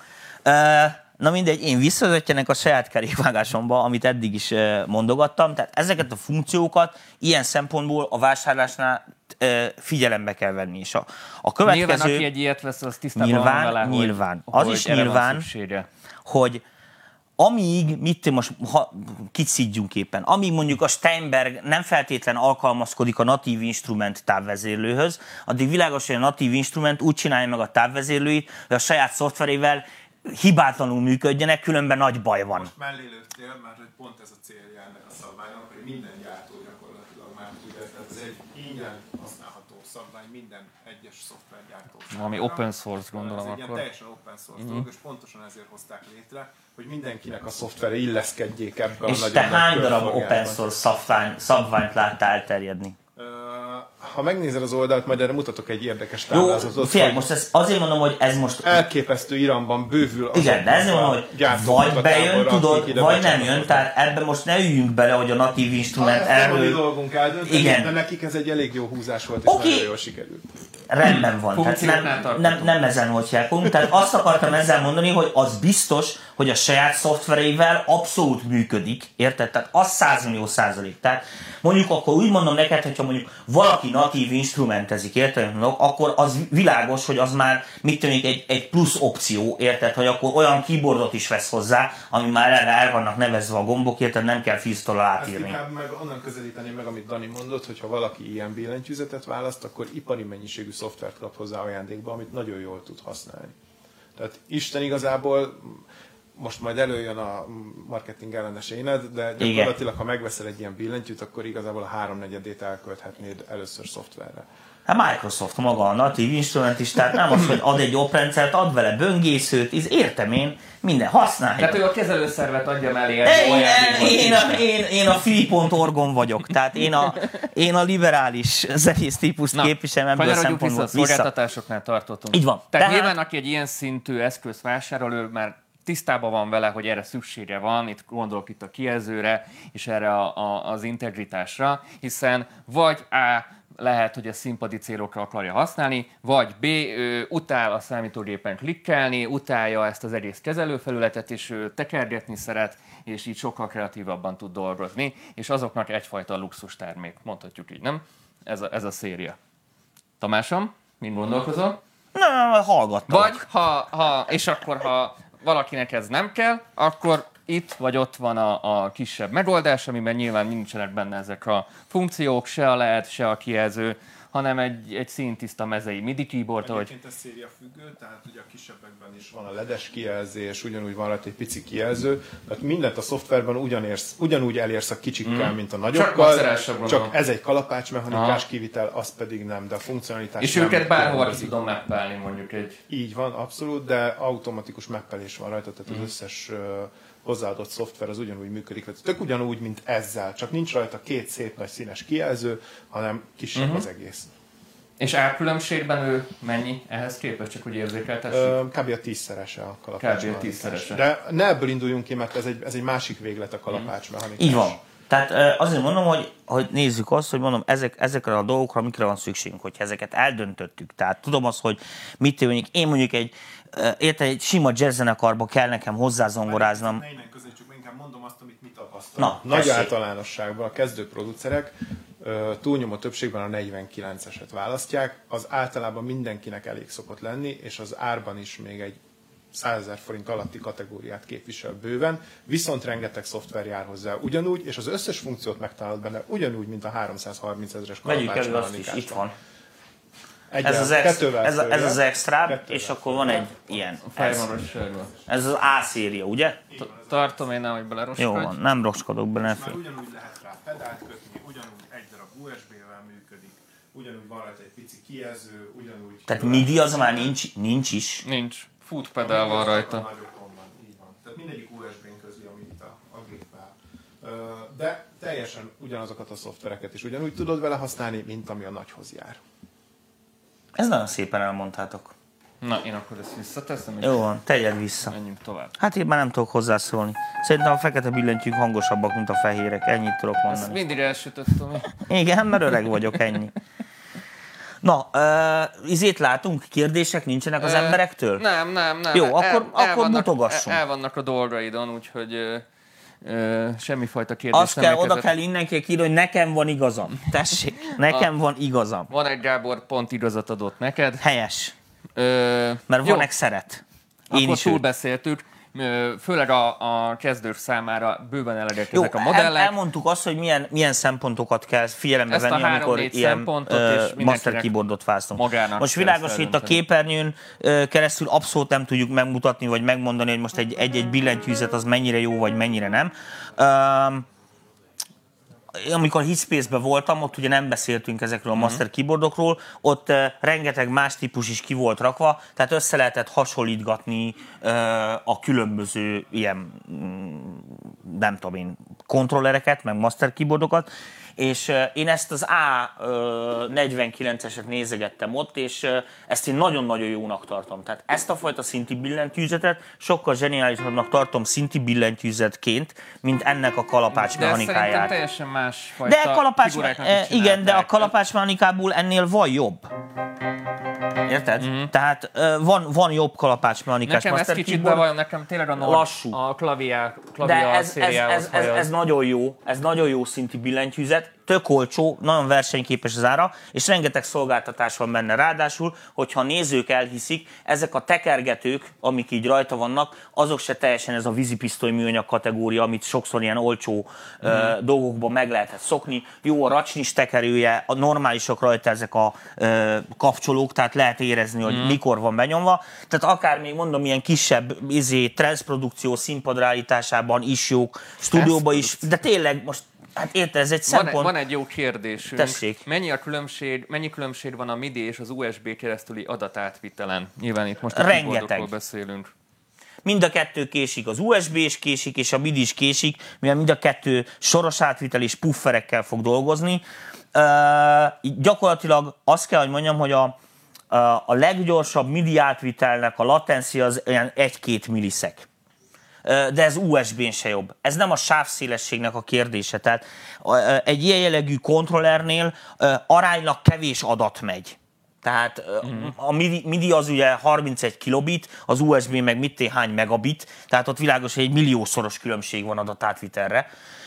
Na mindegy, én visszavezetjenek a saját kerékvágásomba, amit eddig is mondogattam. Tehát ezeket a funkciókat ilyen szempontból a vásárlásnál figyelembe kell venni is. A, a következő... Nyilván, aki egy ilyet vesz, az tisztában nyilván, van vele, nyilván. Hogy, az hogy is nyilván, hogy amíg, mit most ha, kicszidjunk éppen, amíg mondjuk a Steinberg nem feltétlen alkalmazkodik a natív instrument távvezérlőhöz, addig világos, hogy a natív instrument úgy csinálja meg a távvezérlőit, hogy a saját szoftverével hibátlanul működjenek, különben nagy baj van. Most mellé lőttél, mert hogy pont ez a célja ennek a szabványnak, hogy minden gyártó gyakorlatilag már tudja, tehát ez egy ingyen használható szabvány minden egyes szoftvergyártó. Valami open source, gondolom ez egy akkor. Ilyen teljesen open source dolog, és pontosan ezért hozták létre, hogy mindenkinek a szoftvere illeszkedjék ebbe és a nagyon te hány nagy darab körforgásba. open source szabvány, szabványt láttál elterjedni? Ha megnézed az oldalt, majd erre mutatok egy érdekes táblázatot. Jó, figyelj, most ezt azért mondom, hogy ez most... Elképesztő iramban bővül az. Igen, de ezért mondom, hogy vagy bejön, tudod, vagy nem jön, tehát ebben most ne üljünk bele, hogy a natív instrument erről... erről... dolgunk eldönteni, igen. De nekik ez egy elég jó húzás volt, és okay. nagyon jól sikerült. Rendben van, tehát nem, nem, nem ezen volt jelkunk. Tehát azt akartam ezzel mondani, hogy az biztos, hogy a saját szoftvereivel abszolút működik, érted? Tehát az százmillió százalék. Tehát mondjuk akkor úgy mondom neked, hogyha mondjuk valaki natív instrumentezik, érted? Akkor az világos, hogy az már mit tűnik egy, egy plusz opció, érted? Hogy akkor olyan keyboardot is vesz hozzá, ami már erre el vannak nevezve a gombok, érted? Nem kell fisztól átírni. Ezt inkább meg onnan közelíteném meg, amit Dani mondott, hogy ha valaki ilyen billentyűzetet választ, akkor ipari mennyiségű szoftvert kap hozzá ajándékba, amit nagyon jól tud használni. Tehát Isten igazából, most majd előjön a marketing ellenes éned, de gyakorlatilag, ha megveszel egy ilyen billentyűt, akkor igazából a háromnegyedét elkölthetnéd először szoftverre. Hát Microsoft maga a natív instrument is, tehát nem az, hogy ad egy oprendszert, ad vele böngészőt, ez értem én, minden használja. Tehát ő a kezelőszervet adja mellé egy én, ajándékot. Én, én, én, én a free pont org-on vagyok, tehát én a, én a liberális zenész típust képviselem ebből a szempontból. Vissza, szolgáltatásoknál tartottunk. Így van. Tehát, Tehát nyilván, aki egy ilyen szintű eszköz vásárol, ő már tisztában van vele, hogy erre szüksége van, itt gondolok itt a kijelzőre, és erre a, a, az integritásra, hiszen vagy A, lehet, hogy a színpadi célokra akarja használni, vagy B, ő utál a számítógépen klikkelni, utálja ezt az egész kezelőfelületet, és ő tekergetni szeret, és így sokkal kreatívabban tud dolgozni, és azoknak egyfajta luxus termék, mondhatjuk így, nem? Ez a, ez a széria. Tamásom, mind gondolkozol? Na, hallgattam. Vagy, ha, ha, és akkor, ha valakinek ez nem kell, akkor itt vagy ott van a, a kisebb megoldás, amiben nyilván nincsenek benne ezek a funkciók, se a led, se a kijelző, hanem egy, egy színtiszta mezei MIDI keyboard. Egyébként ez széria függő, tehát ugye a kisebbekben is van a ledes kijelzés, ugyanúgy van rajta egy pici kijelző, tehát mindent a szoftverben ugyanérsz, ugyanúgy elérsz a kicsikkel, mm. mint a nagyokkal, csak, csak ez egy kalapácsmechanikás kivitel, az pedig nem, de a funkcionalitás és nem. És őket bárhova ki tudom mappelni mondjuk egy... Így van, abszolút, de automatikus mappelés van rajta, tehát mm. az összes uh, hozzáadott szoftver az ugyanúgy működik, tök ugyanúgy, mint ezzel, csak nincs rajta két szép nagy színes kijelző, hanem kisebb uh-huh. az egész. És árkülönbségben ő mennyi ehhez képest, csak hogy érzékeltessük? Kb. a tízszerese a kalapács. Kb. a tízszerese. De ne ebből induljunk ki, mert ez egy, ez egy másik véglet a kalapács mechanikás. Így van. Tehát azért mondom, hogy, hogy nézzük azt, hogy mondom, ezek, ezekre a dolgokra mikre van szükségünk, hogyha ezeket eldöntöttük. Tehát tudom azt, hogy mit mondjuk, én mondjuk egy, érted, egy sima jazzzenekarba kell nekem hozzázongoráznom. Ne innen közelítsük, mert inkább mondom azt, amit mi tapasztalunk. Nagy essély. Általánosságban a kezdő producerek túlnyomó többségben a negyvenkilenceset választják, az általában mindenkinek elég szokott lenni, és az árban is még egy százezer forint alatti kategóriát képvisel bőven, viszont rengeteg szoftver jár hozzá ugyanúgy, és az összes funkciót megtalálod benne ugyanúgy, mint a háromszázharminc ezeres kalapács mechanikásban. Itt van. Ez az, ex, ez, a, ez az extra, és akkor van egy ilyen. Ez, ez az A széria, ugye? Tartom én nem, hogy beleroskodj. Jó van, nem roskadok bele. Már ugyanúgy lehet rá pedált kötni, ugyanúgy egy darab u es bé-vel működik, ugyanúgy van rajta egy pici kijelző, ugyanúgy... Tehát MIDI az már nincs, nincs is? Nincs. Foot pedál van rajta. Így van. Tehát mindegyik u es bén közli a MIDI-t a, a géppel. De teljesen ugyanazokat a szoftvereket is ugyanúgy tudod vele használni, mint ami a nagyhoz jár. Ez nagyon szépen elmondtátok. Na, én akkor ezt visszateszem, és jó van, tegyed vissza. menjünk tovább. Hát én már nem tudok hozzászólni. Szerintem a fekete billentyűk hangosabbak, mint a fehérek. Ennyit tudok Ezt mondani. mindig elsütött, Tomi. Igen, mert öreg vagyok, ennyi. Na, uh, izét látunk? Kérdések nincsenek az Ö, emberektől? Nem, nem, nem. Jó, akkor, el, akkor vannak, mutogassunk. El, el vannak a dolgaidon, úgyhogy ö, ö, semmifajta kérdés Azt nem kell, érkezett. oda kell innen kell írni, hogy nekem van igazam. Tessék, nekem van igazam. Van egy Gábor, pont igazat adott neked. Helyes. Ö, Mert jó, van egy szeret. Én akkor is őt. túlbeszéltük. Ö, Főleg a, a kezdők számára bőven elegek Jó, ezek a modellek. el, elmondtuk azt, hogy milyen, milyen szempontokat kell figyelembe Ezt a venni, amikor három-négy ilyen szempontot, és uh, mindenkinek master keyboardot választunk. magának Most kell világos, hogy itt a eldönteni. képernyőn uh, keresztül abszolút nem tudjuk megmutatni, vagy megmondani, hogy most egy, egy, egy billentyűzet az mennyire jó, vagy mennyire nem. Um, amikor Hitspace-ben voltam, ott ugye nem beszéltünk ezekről a master keyboardokról, ott uh, rengeteg más típus is ki volt rakva, tehát össze lehetett hasonlítgatni uh, a különböző ilyen, mm, nem tudom én, kontrollereket, meg master keyboardokat, és uh, én ezt az á negyvenkilenceset nézegettem ott, és uh, ezt én nagyon-nagyon jónak tartom. Tehát ezt a fajta szinti billentyűzetet sokkal zseniálisabbnak tartom szinti billentyűzetként, mint ennek a kalapács De ez szerintem mechanikáját. teljesen másfajta De a kalapács, figuráknak eh, is igen, de a csinálták. kalapács mechanikából ennél van jobb. Érted? Mm-hmm. Tehát uh, van, van jobb kalapács mechanikás Nekem ez master kicsit keyboard, bevallom, nekem tényleg a, nord, lassú. a klaviá, de klavia ez, ez, szériához ez, ez, hajaz. ez nagyon jó, ez nagyon jó szintű billentyűzet, tök olcsó, nagyon versenyképes az ára, és rengeteg szolgáltatás van benne. Ráadásul, hogyha a nézők elhiszik, ezek a tekergetők, amik így rajta vannak, azok se teljesen ez a vízipisztoly műanyag kategória, amit sokszor ilyen olcsó mm. uh, dolgokban meg lehetett szokni. Jó a racsnis tekerője, a normálisak rajta ezek a uh, kapcsolók, tehát lehet érezni, hogy mm. mikor van benyomva. Tehát akár még mondom, ilyen kisebb izé, transzprodukció színpadra állításában is jók, stúdióban is, de tényleg most hát érted, ez egy Van, szempont. van egy jó kérdésünk. Tessék. Mennyi a különbség, mennyi különbség van a MIDI és az u es bé keresztüli adatátvitelen? Nyilván itt most a Rengeteg. keyboardokról beszélünk. Mind a kettő késik, az u es bé is késik, és a MIDI is késik, mivel mind a kettő soros átvitel és pufferekkel fog dolgozni. Uh, gyakorlatilag azt kell, hogy mondjam, hogy a, a, a leggyorsabb MIDI átvitelnek a latencia az olyan egy-két milliszek. De ez u es bén se jobb. Ez nem a sávszélességnek a kérdése. Tehát egy ilyen jellegű kontrollernél aránylag kevés adat megy. Tehát mm. a MIDI, MIDI az ugye harmincegy kilobit, az u es bé meg mit hány megabit, tehát ott világos, hogy egy milliószoros különbség van adatátvitelre.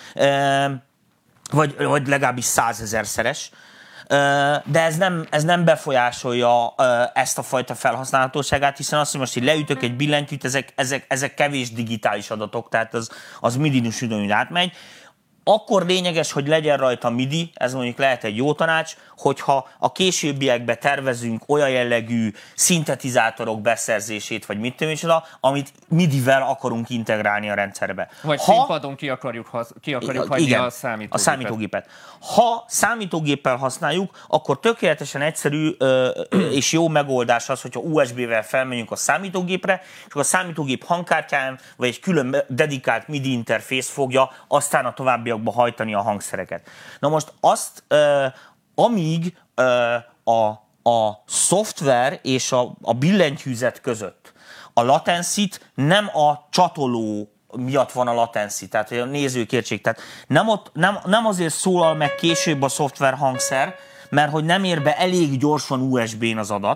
Vagy, vagy legalábbis százezerszeres. De ez nem, ez nem befolyásolja ezt a fajta felhasználhatóságát, hiszen azt, hogy most így leütök egy billentyűt, ezek, ezek, ezek kevés digitális adatok, tehát az, az MIDI-n ugyanúgy átmegy. Akkor lényeges, hogy legyen rajta MIDI, ez mondjuk lehet egy jó tanács, hogyha a későbbiekben tervezünk olyan jellegű szintetizátorok beszerzését, vagy mit tudom, amit MIDI-vel akarunk integrálni a rendszerbe. Vagy ha, színpadon ki akarjuk, hasz, ki akarjuk hagyni igen, a számítógépet. a számítógépet. Ha számítógéppel használjuk, akkor tökéletesen egyszerű ö, és jó megoldás az, hogyha u es bé-vel felmegyünk a számítógépre, és akkor a számítógép hangkártyán, vagy egy külön dedikált MIDI interfész fogja aztán a továbbiakba hajtani a hangszereket. Na most azt, ö, amíg ö, a, a szoftver és a, a billentyűzet között a latencit nem a csatoló miatt van a latency, tehát a nézők értsék. Tehát nem, ott, nem, nem azért szólal meg később a szoftver hangszer, mert hogy nem ér be elég gyorsan u es bén az adat,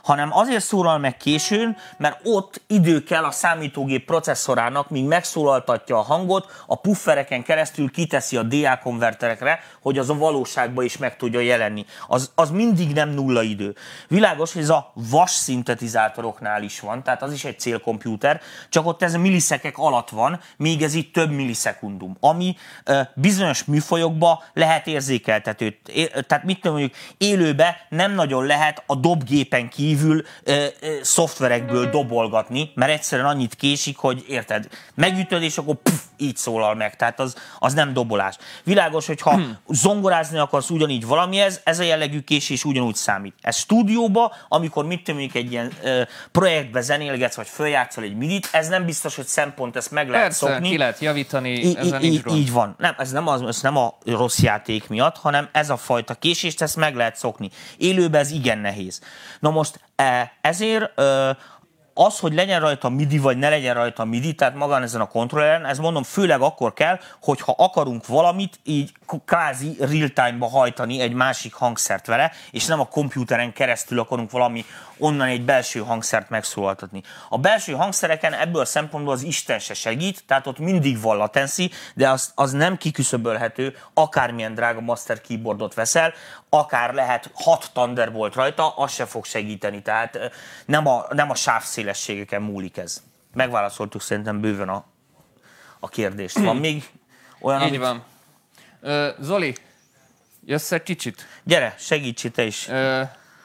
hanem azért szólal meg későn, mert ott idő kell a számítógép processzorának, míg megszólaltatja a hangot, a puffereken keresztül kiteszi a dé á konverterekre, hogy az a valóságban is meg tudja jelenni. Az, az mindig nem nulla idő. Világos, hogy ez a vas szintetizátoroknál is van, tehát az is egy célkompjúter, csak ott ez a millisekek alatt van, még ez itt több millisekundum, ami uh, bizonyos műfajokban lehet érzékeltető. É, tehát mit tudom, mondjuk élőbe nem nagyon lehet a dobgépen kívül uh, uh, szoftverekből dobolgatni, mert egyszerűen annyit késik, hogy érted, megütöd, és akkor puff, így szólal meg, tehát az, az nem dobolás. Világos, hogyha hmm. zongorázni akarsz ugyanígy valamihez, ez a jellegű késés ugyanúgy számít. Ez stúdióba, amikor mit tudom, egy ilyen uh, projektbe zenélgetsz, vagy följátszol egy midit, ez nem biztos, hogy szempont, ezt meg lehet Persze, szokni. ki lehet javítani, I- ezen I- nincs így, gond. így van. Nem, ez nem, az, ez nem a rossz játék miatt, hanem ez a fajta késést, ezt meg lehet szokni. Élőben ez igen nehéz. Na most ezért az, hogy legyen rajta midi, vagy ne legyen rajta midi, tehát magán ezen a kontrolleren, ez mondom, főleg akkor kell, hogyha akarunk valamit így kvázi real-time-ba hajtani egy másik hangszert vele, és nem a kompjúteren keresztül akarunk valami onnan egy belső hangszert megszólaltatni. A belső hangszereken ebből a szempontból az Isten se segít, tehát ott mindig van latency, de az, az nem kiküszöbölhető, akármilyen drága master keyboardot veszel, akár lehet hat Thunderbolt rajta, az se fog segíteni, tehát nem a, nem a sávszélességeken múlik ez. Megválaszoltuk szerintem bőven a, a kérdést. Van még olyan, Így amit... van. Ö, Zoli, jössz egy kicsit? Gyere, segíts te is. Ö,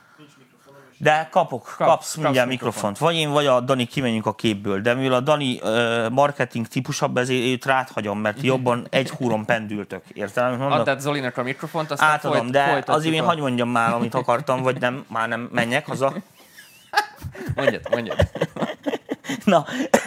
De kapok, Kap, kapsz mindjárt kapsz mikrofont. Vagy én, vagy a Dani kimenjünk a képből. De mivel a Dani uh, marketing típusabb, ezért őt ráthagyom, mert jobban egy húron pendültök. Érted, amit mondok? add át Zolinak a mikrofont, aztán Átadom, folyt, de folytatjuk azért én a... hadd mondjam már, amit akartam, vagy nem, már nem menjek haza. Mondjad, mondjad. Na,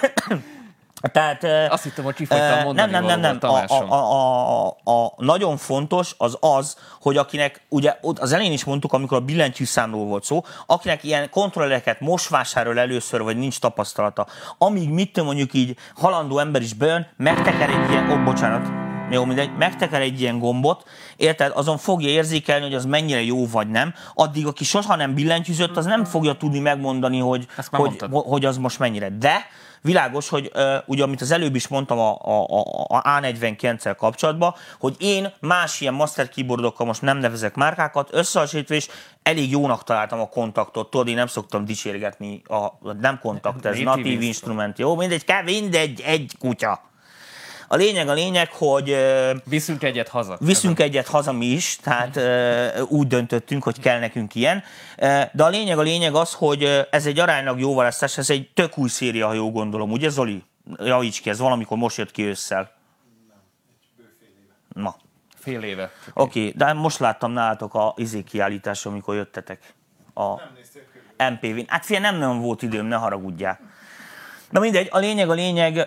tehát... Azt hittem, hogy kifolytam mondani nem, nem, nem, nem. A, a, a, a, a nagyon fontos az az, hogy akinek, ugye az elején is mondtuk, amikor a billentyűszámról volt szó, akinek ilyen kontrollereket most vásárol először, vagy nincs tapasztalata, amíg mit mondjuk így halandó ember is bejön, megteker egy ilyen, ó, bocsánat, jó, mindegy, megteker egy ilyen gombot, érted, azon fogja érzékelni, hogy az mennyire jó vagy nem, addig, aki soha nem billentyűzött, az nem fogja tudni megmondani, hogy, hogy, hogy az most mennyire. De világos, hogy uh, ugye, amit az előbb is mondtam a, a, a á negyvenkilenccel kapcsolatban, hogy én más ilyen master keyboardokkal, most nem nevezek márkákat, összehasonlítva is elég jónak találtam a kontaktot. Tudod, én nem szoktam dicsérgetni, a, nem kontakt, ez natív instrument. Jó, mindegy, kell, mindegy, egy kutya. A lényeg a lényeg, hogy... Viszünk egyet haza. Viszünk egyet haza mi is, tehát úgy döntöttünk, hogy kell nekünk ilyen. De a lényeg a lényeg az, hogy ez egy aránylag jó választás, ez egy tök új széria, ha jól gondolom. Ugye, Zoli? Javíts ki, ez valamikor most jött ki ősszel. Nem, egy bő fél éve. Na. Fél éve. Oké, okay, de most láttam nálatok a izé kiállításon, amikor jöttetek. A em pé vén. Hát fél, nem nagyon volt időm, ne haragudjál. Na mindegy, a lényeg a lényeg,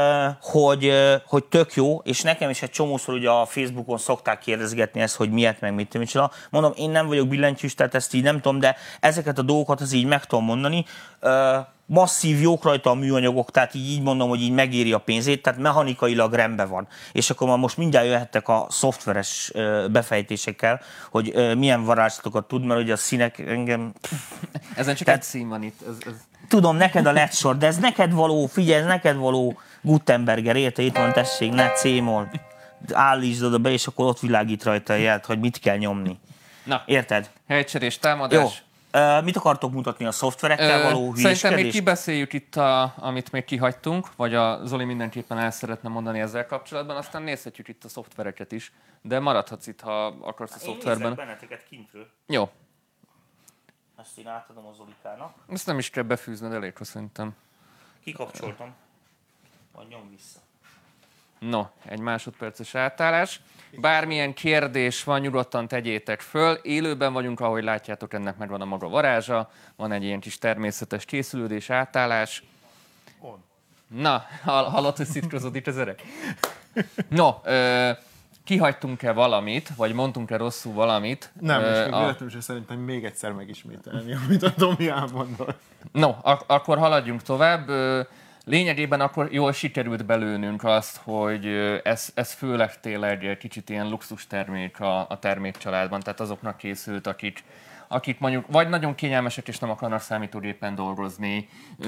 hogy, hogy tök jó, és nekem is egy csomószor ugye a Facebookon szokták kérdezgetni ezt, hogy miért, meg mit tudom. Csinál. Mondom, én nem vagyok billentyűs, tehát ezt így nem tudom, de ezeket a dolgokat az így meg tudom mondani. Masszív, jók rajta a műanyagok, tehát így, így mondom, hogy így megéri a pénzét, tehát mechanikailag rendben van. És akkor már most mindjárt jöhettek a szoftveres befejtésekkel, hogy milyen varázslatokat tud, mert ugye a színek engem... Ezen csak tehát, egy szín van itt. Ez, ez... Tudom, neked a lett sor, de ez neked való, figyelj, ez neked való Gutenberger, érte, itt van, tessék, ne cémol, állítsd oda be, és akkor ott világít rajta a jelt, hogy mit kell nyomni. Na, érted? helycserés, támadás. Jó. Uh, mit akartok mutatni a szoftverekkel uh, való hülyéskedést? Szerintem még kibeszéljük itt, a, amit még kihagytunk, vagy a Zoli mindenképpen el szeretne mondani ezzel kapcsolatban, aztán nézhetjük itt a szoftvereket is, de maradhatsz itt, ha akarsz a Én szoftverben. Én benneteket kintről. Jó. Ezt én átadom a Zolikának. Ezt nem is kell befűzned, elég, szerintem. Kikapcsoltam. Majd nyom vissza. No, egy másodperces átállás. Bármilyen kérdés van, nyugodtan tegyétek föl. Élőben vagyunk, ahogy látjátok, ennek megvan a maga varázsa. Van egy ilyen kis természetes készülődés, átállás. On. Na, hallott, hogy szitkrozodik az öreg? No, ö, kihagytunk-e valamit, vagy mondtunk-e rosszul valamit? Nem, ö, és még a... véletlenül sem szerintem még egyszer megismételni, amit a Domi elmondott. No, ak- akkor haladjunk tovább. Lényegében akkor jól sikerült belőnünk azt, hogy ez, ez főleg tényleg kicsit ilyen luxus termék a, a termékcsaládban, tehát azoknak készült, akik, akik mondjuk vagy nagyon kényelmesek és nem akarnak számítógépen dolgozni,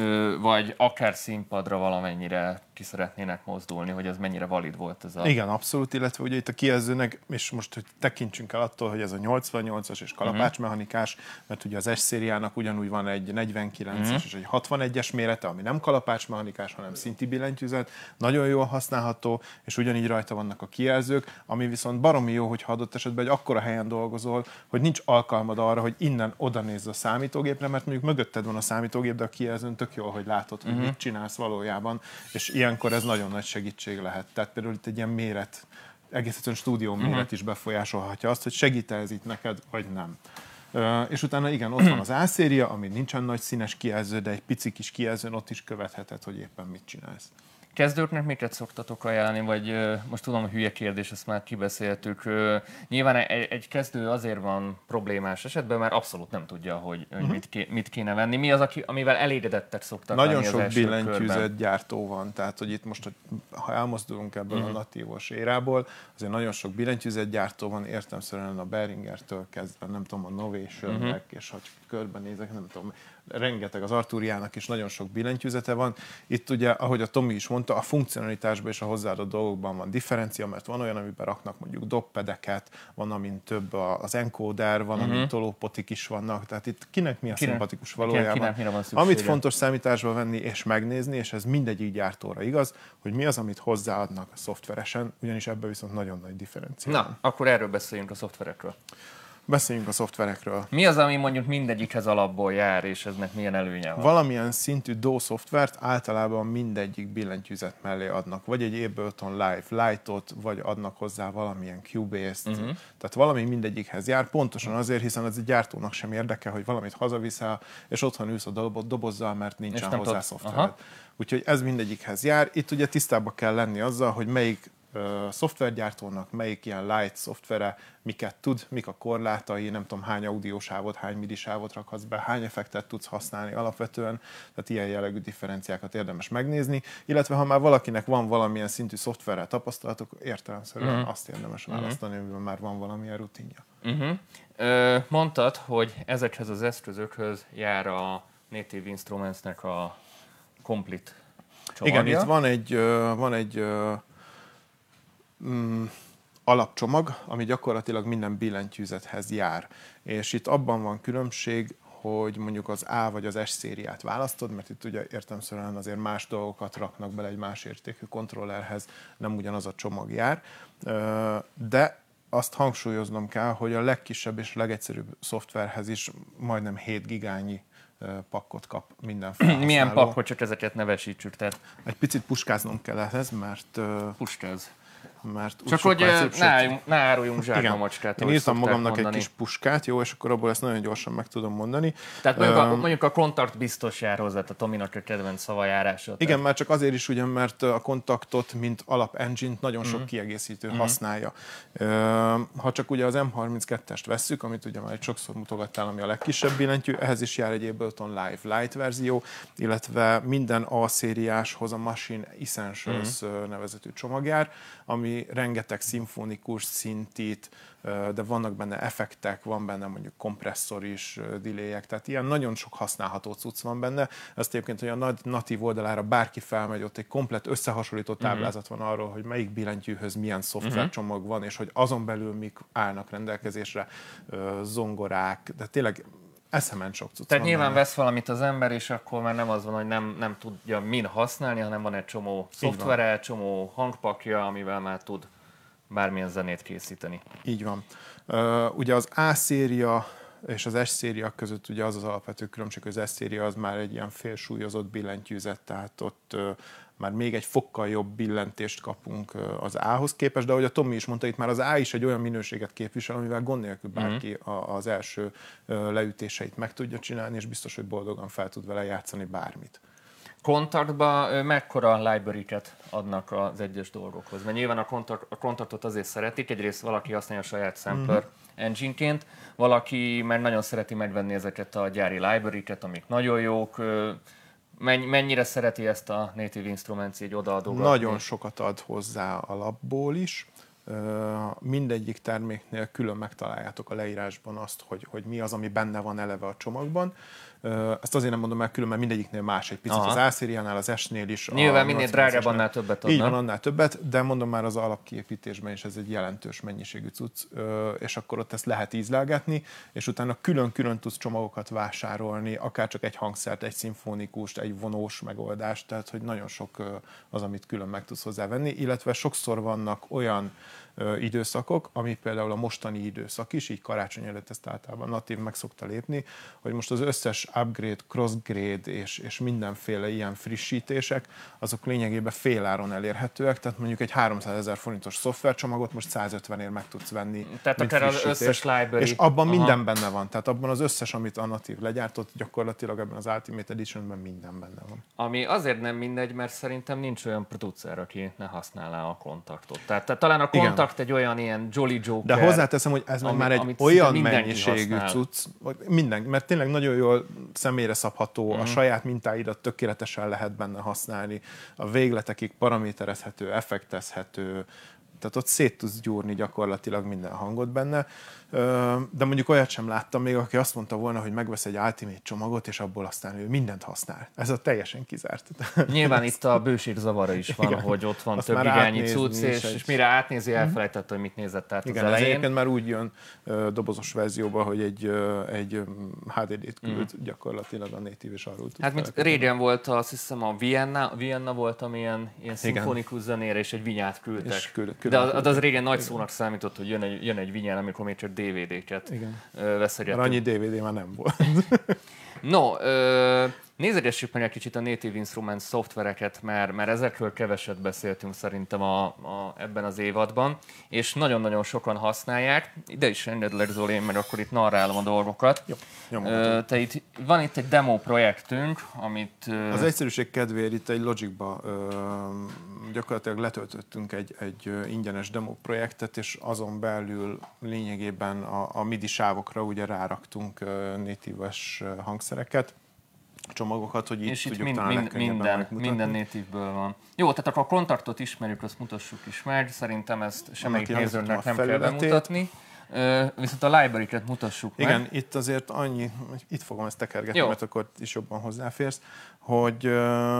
vagy akár színpadra valamennyire ki szeretnének mozdulni, hogy ez mennyire valid volt ez a... Igen, abszolút, illetve ugye itt a kijelzőnek, és most hogy tekintsünk el attól, hogy ez a nyolcvannyolcas és kalapácsmechanikás, mert ugye az S-szériának ugyanúgy van egy negyvenkilences uh-huh. és egy hatvanegyes mérete, ami nem kalapácsmechanikás, hanem szinti billentyűzet, nagyon jól használható, és ugyanígy rajta vannak a kijelzők, ami viszont baromi jó, hogyha adott esetben egy akkora helyen dolgozol, hogy nincs alkalmad arra, hogy innen oda nézz a számítógépre, mert mondjuk mögötted van a számítógép, de a kijelzőn tök jól, hogy látod, hogy uh-huh. mit csinálsz valójában, és ilyenkor ez nagyon nagy segítség lehet. Tehát például itt egy ilyen méret, egész egyszerűen stúdió méret uh-huh. is befolyásolhatja azt, hogy segít-e ez itt neked, vagy nem. Uh, és utána igen, ott van az A-széria, ami nincsen nagy színes kijelző, de egy pici kis kijelzőn ott is követheted, hogy éppen mit csinálsz. Kezdőknek miket szoktatok ajánlani, vagy uh, most tudom, hogy hülye kérdés, ezt már kibeszéltük. Uh, nyilván egy, egy kezdő azért van problémás esetben, mert abszolút nem tudja, hogy, hogy uh-huh. mit, ké, mit kéne venni. Mi az, aki, amivel elégedettek szoktak nagyon lenni az első körben? Nagyon sok billentyűzet gyártó van, tehát hogy itt most, ha elmozdulunk ebből uh-huh. a natívos érából, azért nagyon sok billentyűzet gyártó van, értelemszerűen a Behringertől kezdve, nem tudom, a Novation-nek, uh-huh. és ha körbenézek, nem tudom, rengeteg, az Arturiának is nagyon sok billentyűzete van. Itt ugye, ahogy a Tomi is mondta, a funkcionalitásban és a hozzáadott dolgokban van differencia, mert van olyan, amiben raknak mondjuk dobpedeket, van, amin több az encoder, van, uh-huh. amin tolópotik is vannak, tehát itt kinek mi a kinek, szimpatikus valójában. Kinek, amit fontos számításba venni és megnézni, és ez mindegyik gyártóra igaz, hogy mi az, amit hozzáadnak szoftveresen, ugyanis ebben viszont nagyon nagy differencia. Na, akkor erről beszéljünk a szoftverekről. Beszéljünk a szoftverekről. Mi az, ami mondjuk mindegyikhez alapból jár, és eznek milyen előnye van? Valamilyen szintű dé o szoftvert általában mindegyik billentyűzet mellé adnak. Vagy egy Ableton Live Lite-ot, vagy adnak hozzá valamilyen Cubase-t. Uh-huh. Tehát valami mindegyikhez jár, pontosan azért, hiszen az egy gyártónak sem érdeke, hogy valamit hazaviszel, és otthon ülsz a dobozzal, mert nincsen hozzá tud... szoftvered. Úgyhogy ez mindegyikhez jár. Itt ugye tisztába kell lenni azzal, hogy melyik Uh, szoftvergyártónak, melyik ilyen light szoftvere, miket tud, mik a korlátai, nem tudom hány audiósávot, hány midisávot rakhatsz be, hány effektet tudsz használni alapvetően, tehát ilyen jellegű differenciákat érdemes megnézni, illetve ha már valakinek van valamilyen szintű szoftverrel tapasztalatok, értelemszerűen uh-huh. azt érdemes választani, amiben már van valamilyen rutinja. Uh-huh. Ö, mondtad, hogy ezekhez az eszközökhöz jár a Native Instruments-nek a complete csomagja. Igen, itt van egy, uh, van egy uh, Mm, alapcsomag, ami gyakorlatilag minden billentyűzethez jár. És itt abban van különbség, hogy mondjuk az A vagy az S-szériát választod, mert itt ugye értelemszerűen azért más dolgokat raknak bele egy más értékű kontrollerhez, nem ugyanaz a csomag jár. De azt hangsúlyoznom kell, hogy a legkisebb és legegyszerűbb szoftverhez is majdnem hét gigányi pakkot kap minden felhasználó. Milyen pak, hogy csak ezeket nevesítsük? Tehát... Egy picit puskáznom kell ehhez, mert... Puskáz. Mert csak hogy ne, álljunk, ne áruljunk zsárba macskát. Én írtam magamnak mondani. Egy kis puskát, jó, és akkor abból ezt nagyon gyorsan meg tudom mondani. Tehát mondjuk, uh, a, mondjuk a kontakt biztos jár hozzá, a Tominak a kedvenc szavajárása. Igen, tehát. Már csak azért is ugyan, mert a kontaktot, mint alap engine-t nagyon sok mm. kiegészítő mm. használja. Uh, ha csak ugye az M harminckettest vesszük, amit ugye már egy sokszor mutogattál, ami a legkisebb billentyű, ehhez is jár egy Ableton Live Lite verzió, illetve minden A-szériáshoz a Machine Essentials mm. nevezetű csomag jár, ami rengeteg szimfonikus szintít, de vannak benne effektek, van benne mondjuk kompresszor is, delayek, tehát ilyen nagyon sok használható cucc van benne. Ezt egyébként, hogy a natív oldalára bárki felmegy, ott egy komplett összehasonlító táblázat van arról, hogy melyik billentyűhöz milyen szoftvercsomag van, és hogy azon belül mik állnak rendelkezésre, zongorák, de tényleg eszemen sok cucc. Tehát nyilván benne. Vesz valamit az ember, és akkor már nem az van, hogy nem, nem tudja min használni, hanem van egy csomó szoftvere, csomó hangpakja, amivel már tud bármilyen zenét készíteni. Így van. Uh, ugye az A-széria és az S-széria között ugye az az alapvető különbség, hogy az S-széria az már egy ilyen félsúlyozott billentyűzet, tehát ott uh, már még egy fokkal jobb billentést kapunk az A-hoz képest, de ahogy a Tomi is mondta, itt már az A is egy olyan minőséget képvisel, amivel gond nélkül bárki mm-hmm. az első leütéseit meg tudja csinálni, és biztos, hogy boldogan fel tud vele játszani bármit. Kontaktban mekkora library-ket adnak az egyes dolgokhoz? Mert nyilván a, kontakt, a kontaktot azért szeretik, egyrészt valaki használja a saját sampler mm-hmm. engine-ként, valaki meg nagyon szereti megvenni ezeket a gyári library-ket, amik nagyon jók. Mennyire szereti ezt a Native Instruments így odaadogatni? Nagyon sokat ad hozzá alapból is. mindegyik terméknél külön megtaláljátok a leírásban azt, hogy, hogy mi az, ami benne van eleve a csomagban. Ezt azért nem mondom el külön, mert mindegyiknél más egy picit. Aha. Az Ászériánál, az S-nél is. Nyilván minél drágább, annál többet adnak. Így van, annál többet, de mondom már az alapkiépítésben is ez egy jelentős mennyiségű cucc, és akkor ott ezt lehet ízlelgetni, és utána külön-külön tudsz csomagokat vásárolni, akár csak egy hangszert, egy szimfonikust, egy vonós megoldást, tehát hogy nagyon sok az, amit külön meg tudsz hozzávenni, illetve sokszor vannak olyan időszakok, ami például a mostani időszak is, így karácsony előtt ezt általában natív meg szokta lépni, hogy most az összes upgrade, crossgrade és, és mindenféle ilyen frissítések, azok lényegében féláron elérhetőek, tehát mondjuk egy háromszázezer forintos szoftvercsomagot most százötvenért meg tudsz venni. Tehát akár az összes library. És abban Aha. minden benne van, tehát abban az összes, amit a natív legyártott, gyakorlatilag ebben az Ultimate Editionben minden benne van. Ami azért nem mindegy, mert szerintem nincs olyan producer, aki ne használná a kontaktot. Tehát, tehát talán a kontakt egy olyan ilyen Jolly Joker. De hozzáteszem, hogy ez ami, már egy olyan mennyiségű cucc, minden, mert tényleg nagyon jól személyre szabható, mm. a saját mintáidat tökéletesen lehet benne használni, a végletekig paraméterezhető, effektezhető, tehát ott szét tudsz gyúrni gyakorlatilag minden hangot benne. De mondjuk olyat sem láttam még, aki azt mondta volna, hogy megvesz egy Ultimate csomagot, és abból aztán ő mindent használ. Ez a teljesen kizárt. Nyilván itt a bőség zavara is van, igen. hogy ott van azt több igányi cucc, és, és mire átnézi, elfelejtette, hogy mit nézett át igen, az elején. Igen, már úgy jön uh, dobozos verzióban, hogy egy, uh, egy há dé dét küld mm. gyakorlatilag a native is arról tud. Hát mint régen volt, azt hiszem a Vienna, Vienna volt, amilyen ilyen szimfonikus zenére, és egy vinyát küldtek. Küld, küld, De az, az régen nagy szónak számított, hogy jön egy, jön egy vinyán, amikor még csak dé vé dé-ket veszegettünk. Annyi dé vé dé már nem volt. No, ö, nézegessük meg egy kicsit a Native Instruments szoftvereket, mert, mert ezekről keveset beszéltünk szerintem a, a, ebben az évadban, és nagyon-nagyon sokan használják. Ide is engedlek, Zoli, mert akkor itt narrálom a dolgokat. Jó, ö, te itt, van itt egy demo projektünk, amit... Ö... Az egyszerűség kedvéért itt egy Logicba ö, gyakorlatilag letöltöttünk egy, egy ingyenes demo projektet, és azon belül lényegében a, a MIDI sávokra ugye ráraktunk native-es hangszereket, csomagokat, hogy így és tudjuk itt talán mind, minden, minden native-ből van. Jó, tehát akkor a kontaktot ismerjük, azt mutassuk is meg. Szerintem ezt semmelyik nézőnek nem kell bemutatni. Uh, viszont a library-ket mutassuk Igen, meg. itt azért annyi, itt fogom ezt tekergetni, Jó. mert akkor is jobban hozzáférsz, hogy, uh,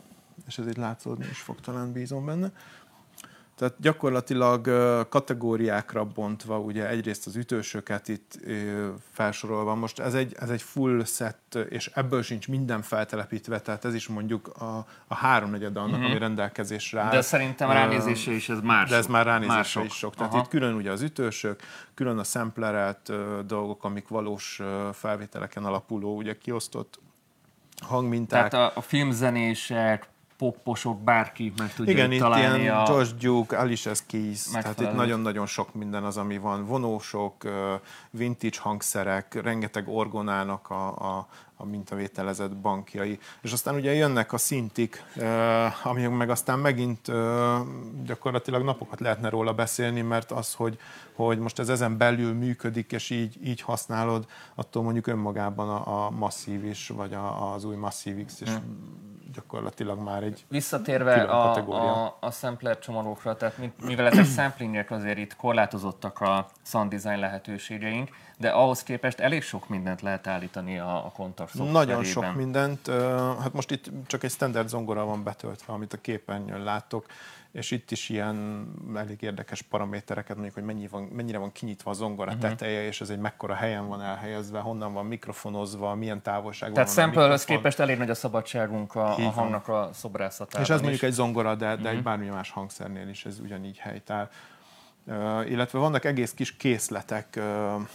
és ez itt látszódni is fog, talán bízom benne. Tehát gyakorlatilag kategóriákra bontva, ugye egyrészt az ütősöket itt felsorolva. Most ez egy, ez egy full set, és ebből sincs minden feltelepítve, tehát ez is mondjuk a, a háromnegyed annak, mm-hmm. ami rendelkezésre áll. De szerintem ránézésre is ez más. De ez már ránézésre is sok. Tehát Aha. itt külön ugye az ütősök, külön a samplerelt dolgok, amik valós felvételeken alapuló, ugye kiosztott hangminták. Tehát a, a filmzenések, popposok, bárki meg tudja igen, itt találni ilyen a... Josh Duke, Alicia Keys, tehát itt nagyon-nagyon sok minden az, ami van. Vonósok, vintage hangszerek, rengeteg orgonának a, a, a mintavételezett bankjai. És aztán ugye jönnek a szintik, amik meg aztán megint gyakorlatilag napokat lehetne róla beszélni, mert az, hogy, hogy most ez ezen belül működik, és így, így használod, attól mondjuk önmagában a, a Massive is, vagy a, az új Massive X is hmm. gyakorlatilag már egy Visszatérve a, a, a sampler csomagokra, tehát mivel ezek samplingek, azért itt korlátozottak a sound design lehetőségeink, de ahhoz képest elég sok mindent lehet állítani a, a kontakt szoftverében. Nagyon sok mindent. Hát most itt csak egy standard zongora van betöltve, amit a képernyőn látok, és itt is ilyen elég érdekes paramétereket, mondjuk, hogy mennyi van, mennyire van kinyitva a zongora uh-huh. teteje, és ez egy mekkora helyen van elhelyezve, honnan van mikrofonozva, milyen távolságban Tehát van a mikrofon. Tehát sample-höz képest elég nagy a szabadságunk a, a hangnak a szobrászatában. És ez is. mondjuk egy zongora, de, de uh-huh. egy bármilyen más hangszernél is ez ugyanígy helytáll. Uh, illetve vannak egész kis készletek, uh,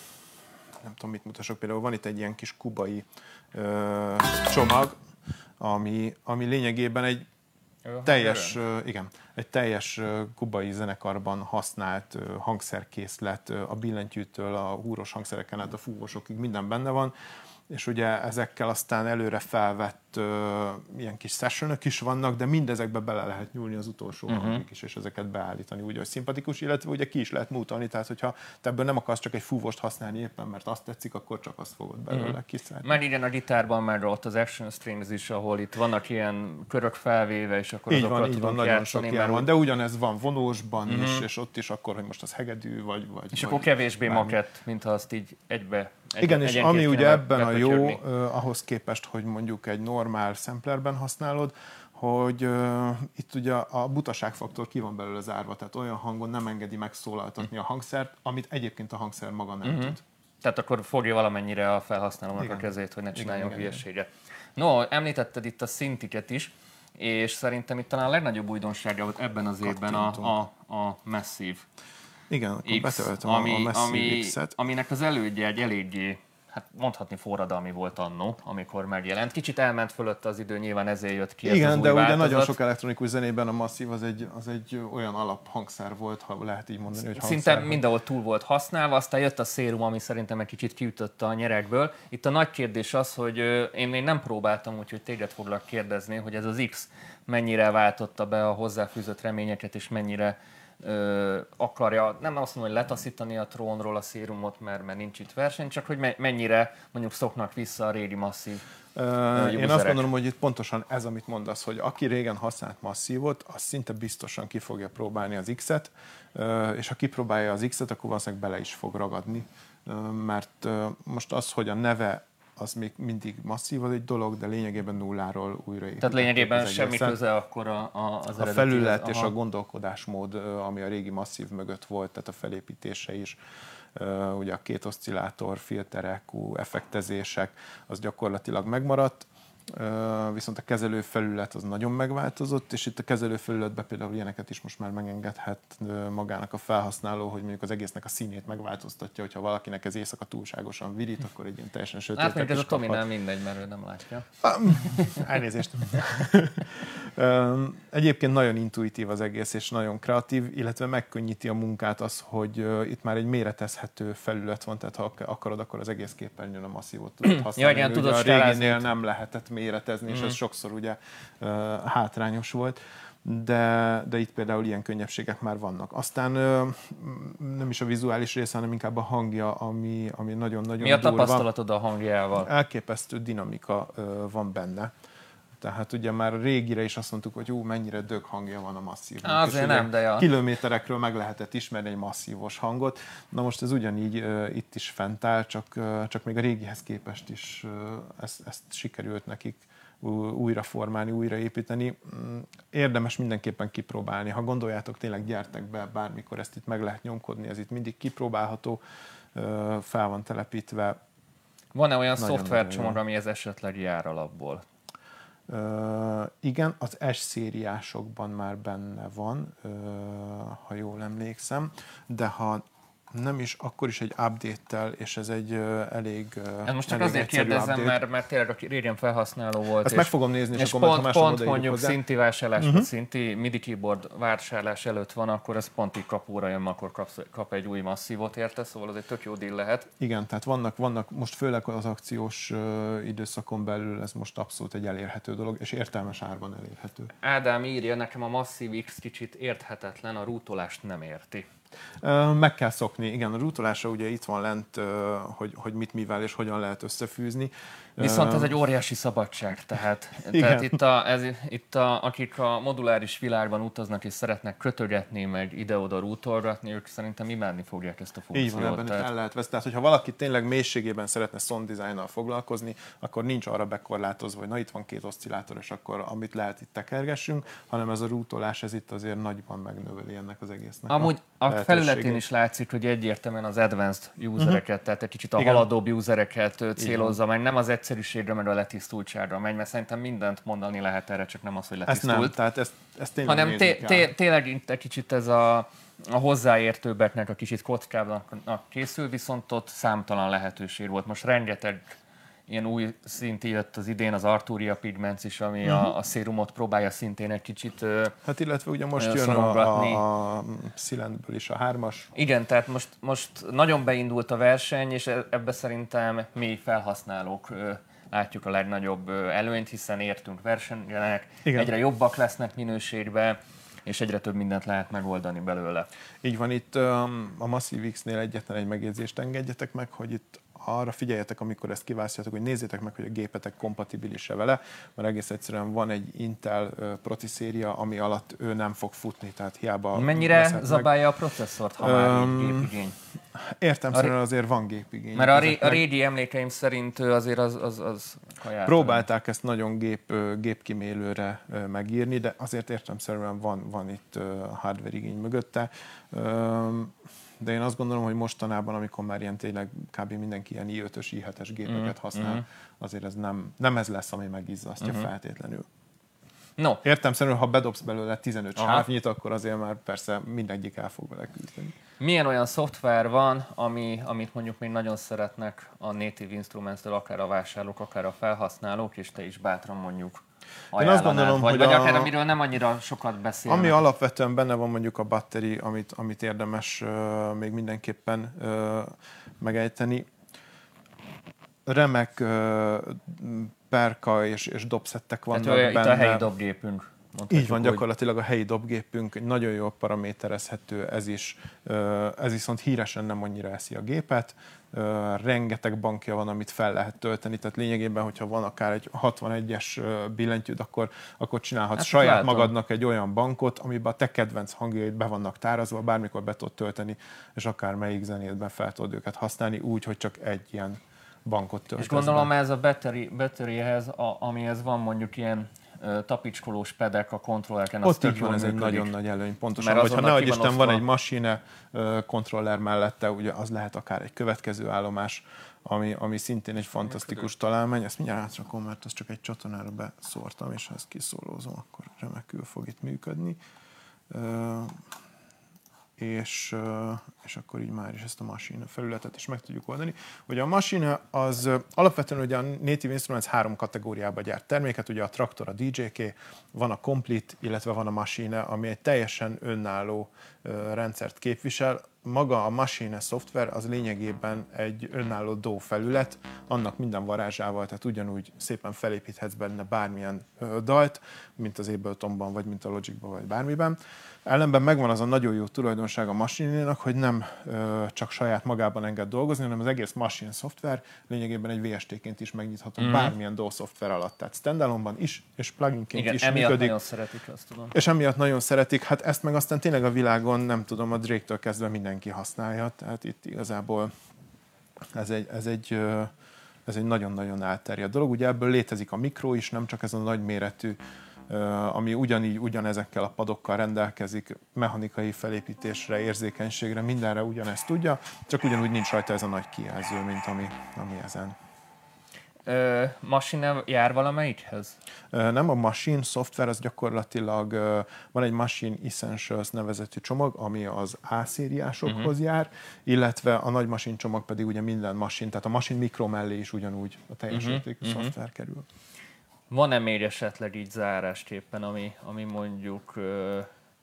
nem tudom, mit mutasok, például van itt egy ilyen kis kubai uh, csomag, ami, ami lényegében egy teljes, uh, igen, egy teljes uh, kubai zenekarban használt uh, hangszerkészlet, uh, a billentyűtől a húros hangszereken át a fúvósokig minden benne van, és ugye ezekkel aztán előre felvett uh, ilyen kis sessionök is vannak, de mindezekbe bele lehet nyúlni az utolsó uh-huh. hangig is, és ezeket beállítani úgy, hogy szimpatikus, illetve ugye ki is lehet mútolni, tehát hogyha te ebből nem akarsz csak egy fúvost használni éppen, mert azt tetszik, akkor csak azt fogod belőle uh-huh. kiszállni. Már igen, a gitárban már ott az action strings is, ahol itt vannak ilyen körök felvéve, és akkor így azokat van, így van, nagyon játszani, sok ilyen van, de ugyanez van vonósban uh-huh. is, és ott is akkor, hogy most az hegedű, vagy... vagy és vagy akkor kevésbé bármi. Makett, mint ha azt így egybe... Egy, igen, és ami ugye ebben a jó, bepötyörni. ahhoz képest, hogy mondjuk egy normál samplerben használod, hogy uh, itt ugye a butaságfaktor ki van belőle zárva, tehát olyan hangon nem engedi megszólaltatni a hangszert, amit egyébként a hangszer maga nem uh-huh. tud. Tehát akkor fogja valamennyire a felhasználónak igen. a kezét, hogy ne csináljon hülyeséget. No, említetted itt a szintiket is, és szerintem itt talán a legnagyobb újdonsága volt ebben az évben a, a, a Massive igen, akkor X, betöltöm ami, a Massive ami, X-et. Aminek az elődje egy eléggé, hát mondhatni forradalmi volt annó, amikor megjelent. Kicsit elment fölött az idő, nyilván ezért jött ki igen, ez az új de ugye változat. nagyon sok elektronikus zenében a Massive az egy, az egy olyan alaphangszer volt, ha lehet így mondani, hogy hangszer. Szinte mindenhol túl volt használva, aztán jött a Serum, ami szerintem egy kicsit kiütötte a nyerekből. Itt a nagy kérdés az, hogy én még nem próbáltam, úgyhogy téged foglak kérdezni, hogy ez az X mennyire váltotta be a hozzáfűzött reményeket, és mennyire Ö, akarja, nem azt mondom, hogy letaszítani a trónról a Serumot, mert, mert nincs itt verseny, csak hogy me- mennyire mondjuk szoknak vissza a régi Massive uh, Én azt gondolom, hogy itt pontosan ez, amit mondasz, hogy aki régen használt Massive-ot, az szinte biztosan ki fogja próbálni az X-et, uh, és ha kipróbálja az X-et, akkor valószínűleg bele is fog ragadni, uh, mert uh, most az, hogy a neve az még mindig Massive az egy dolog, de lényegében nulláról újra építették. Tehát lényegében semmi köze akkor a, a, az a felület és a gondolkodásmód, ami a régi Massive mögött volt, tehát a felépítése is, ugye a két oszcillátor, filterek, effektezések, az gyakorlatilag megmaradt, viszont a kezelőfelület az nagyon megváltozott, és itt a kezelőfelületben például ilyeneket is most már megengedhet magának a felhasználó, hogy mondjuk az egésznek a színét megváltoztatja, hogyha valakinek ez éjszaka túlságosan virít, akkor egy ilyen teljesen sötétet hát, is ez a Tominál mindegy, mert ő nem látja. Elnézést. Egyébként nagyon intuitív az egész, és nagyon kreatív, illetve megkönnyíti a munkát az, hogy itt már egy méretezhető felület van, tehát ha akarod, akkor az egész képernyőn a Massive-ot tudod használni. Ja, igen, tudod a réginél nem lehetett méretezni, mm-hmm. és ez sokszor ugye uh, hátrányos volt, de, de itt például ilyen könnyebbségek már vannak. Aztán uh, nem is a vizuális része, hanem inkább a hangja, ami, ami nagyon-nagyon Mi a durva. tapasztalatod a hangjával? Elképesztő dinamika uh, van benne. Tehát ugye már a régire is azt mondtuk, hogy ú, mennyire dög hangja van a Massive-nak. Azért nem, de ja. Kilométerekről meg lehetett ismerni egy masszívos hangot. Na most ez ugyanígy uh, itt is fent áll, csak, uh, csak még a régihez képest is uh, ezt, ezt sikerült nekik újra formálni, újra építeni. Érdemes mindenképpen kipróbálni. Ha gondoljátok, tényleg gyertek be bármikor, ezt itt meg lehet nyomkodni, ez itt mindig kipróbálható, uh, fel van telepítve. Van-e olyan szoftvercsomag, ami ez esetleg jár alapból? Uh, igen, az S-szériásokban már benne van, uh, ha jól emlékszem, de ha nem is, akkor is egy update-tel, és ez egy uh, elég uh, ez most csak elég azért kérdezem, mert, mert tényleg a régen felhasználó volt. Ezt és, meg fogom nézni, és, és akkor pont, majd, pont mondjuk szinti vásárlás, uh-huh. szinti MIDI keyboard vásárlás előtt van, akkor ez pont így kapóra jön, akkor kapsz, kap egy új Massive-ot érte, szóval az egy tök jó deal lehet. Igen, tehát vannak, vannak most főleg az akciós uh, időszakon belül ez most abszolút egy elérhető dolog, és értelmes árban elérhető. Ádám írja, nekem a Massive X kicsit érthetetlen, a rútolást nem érti. Meg kell szokni, igen, a rútolásra ugye itt van lent, hogy, hogy mit mivel és hogyan lehet összefűzni. Viszont ez egy óriási szabadság, tehát, tehát itt, a, ez, itt a, akik a moduláris világban utaznak és szeretnek kötögetni, meg ide-oda rútolgatni, ők szerintem imádni fogják ezt a funkciót. Így van, ebben tehát... el lehet veszni. Tehát, hogyha valaki tényleg mélységében szeretne sound designnal foglalkozni, akkor nincs arra bekorlátozva, hogy na itt van két oszcillátor, és akkor amit lehet itt tekergessünk, hanem ez a rútolás, ez itt azért nagyban megnöveli ennek az egésznek. Amúgy a, a felületén is látszik, hogy egyértelműen az advanced usereket, uh-huh. tehát egy kicsit a igen. haladóbb usereket célozza meg, nem az egyszerűségre, meg a letisztultságra megy, mert szerintem mindent mondani lehet erre, csak nem az, hogy letisztult. Ezt nem, tehát ezt, ezt tényleg hanem té- té- tényleg egy kicsit ez a, a hozzáértőbbeknek a kicsit kockábbnak készül, viszont ott számtalan lehetőség volt. Most rengeteg ilyen új szint jött az idén, az Arturia Pigments is, ami uh-huh. a, a szérumot próbálja szintén egy kicsit hát illetve ugye most jön a, a, a Silentből is a hármas. Igen, tehát most, most nagyon beindult a verseny, és ebbe szerintem mi felhasználók látjuk a legnagyobb előnyt, hiszen értünk versenyek, egyre jobbak lesznek minőségben, és egyre több mindent lehet megoldani belőle. Így van, itt um, a Massive X-nél egyetlen egy megjegyzést engedjetek meg, hogy itt arra figyeljetek, amikor ezt kiválasztjátok, hogy nézzétek meg, hogy a gépetek kompatibilis-e vele, mert egész egyszerűen van egy Intel uh, Proti széria, ami alatt ő nem fog futni, tehát hiába... Mennyire zabálja meg a processzort, ha um, már így gépigény? Értem, szerint azért van gépigény. Mert a, ré, a régi emlékeim szerint azért az, az, az kaját. Próbálták ezt nagyon gép, gépkimélőre megírni, de azért értelemszerűen van, van itt hardware igény mögötte. De én azt gondolom, hogy mostanában, amikor már ilyen tényleg kb. Mindenki ilyen i ötös, i hetes gépeket használ, mm-hmm. azért ez nem, nem ez lesz, ami megizzasztja mm-hmm. feltétlenül. No. Értelemszerűen, ha bedobsz belőle tizenöt sávnyit, akkor azért már persze mindegyik el fog vele küzdeni. Milyen olyan szoftver van, ami, amit mondjuk még nagyon szeretnek a Native Instruments-től, akár a vásárlók, akár a felhasználók, és te is bátran mondjuk Én azt gondolom, vagy, hogy vagy a, akár amiről nem annyira sokat beszélnek. Ami alapvetően benne van mondjuk a batteri, amit, amit érdemes uh, még mindenképpen uh, megejteni. Remek uh, perka és, és dobszettek vannak Tehát benne. Itt a helyi dobgépünk. Így van, gyakorlatilag a helyi dobgépünk nagyon jól paraméterezhető, ez is, ez viszont híresen nem annyira eszi a gépet. Rengeteg bankja van, amit fel lehet tölteni, tehát lényegében, hogyha van akár egy hatvanegyes billentyűd, akkor, akkor csinálhatsz hát saját látom. magadnak egy olyan bankot, amiben a te kedvenc hangjaid be vannak tárazva, bármikor be tudod tölteni, és akár melyik zenétben fel tudod őket használni, úgy, hogy csak egy ilyen bankot töltesz. És gondolom be. Ez a battery, batteryhez, a, amihez van mondjuk ilyen tapicskolós pedek a kontrollerken. Ott így van, ez egy nagyon nagy előny. Pontosan, hogyha nehogy Isten van egy Maschine kontroller mellette, ugye az lehet akár egy következő állomás, ami, ami szintén egy fantasztikus találmány. Ezt mindjárt átrakom, mert azt csak egy csatornára beszórtam, és ha ezt kiszólózom, akkor remekül fog itt működni. És, és akkor így már is ezt a Maschine felületet is meg tudjuk oldani. Ugye a Maschine az alapvetően ugye a Native Instruments három kategóriába gyárt terméket, ugye a Traktor, a dé dzsé ké, van a Complete, illetve van a Maschine, ami egy teljesen önálló rendszert képvisel. Maga a Maschine szoftver az lényegében egy önálló dé á vé felület, annak minden varázsával, tehát ugyanúgy szépen felépíthetsz benne bármilyen dalt, mint az Abletonban, vagy mint a Logicban, vagy bármiben. Ellenben megvan az a nagyon jó tulajdonság a Maschine-nak, hogy nem ö, csak saját magában enged dolgozni, hanem az egész Maschine szoftver lényegében egy vé es té-ként is megnyitható mm. bármilyen dé á vé szoftver alatt. Tehát standalone-ban is, és pluginként Igen, is emiatt működik. nagyon szeretik, azt tudom. És emiatt nagyon szeretik. Hát ezt meg aztán tényleg a világon, nem tudom, a Drake-től kezdve mindenki használja. Tehát itt igazából ez egy, ez egy, ez egy nagyon-nagyon elterjedt dolog. Ugye ebből létezik a mikro is, nem csak ez a nagyméretű, ami ugyanígy ugyanezekkel a padokkal rendelkezik, mechanikai felépítésre, érzékenységre, mindenre ugyanezt tudja, csak ugyanúgy nincs rajta ez a nagy kijelző, mint ami, ami ezen. Ö, Maschine jár valamelyikhez? Nem, a Machine szoftver az gyakorlatilag, van egy Machine Essentials nevezetű csomag, ami az A-szériásokhoz uh-huh. jár, illetve a nagy Machine csomag pedig ugye minden Machine, tehát a Machine Micro mellé is ugyanúgy a teljes uh-huh. értékű uh-huh. szoftver kerül. Van-e még esetleg így zárásképpen, ami, ami mondjuk ö,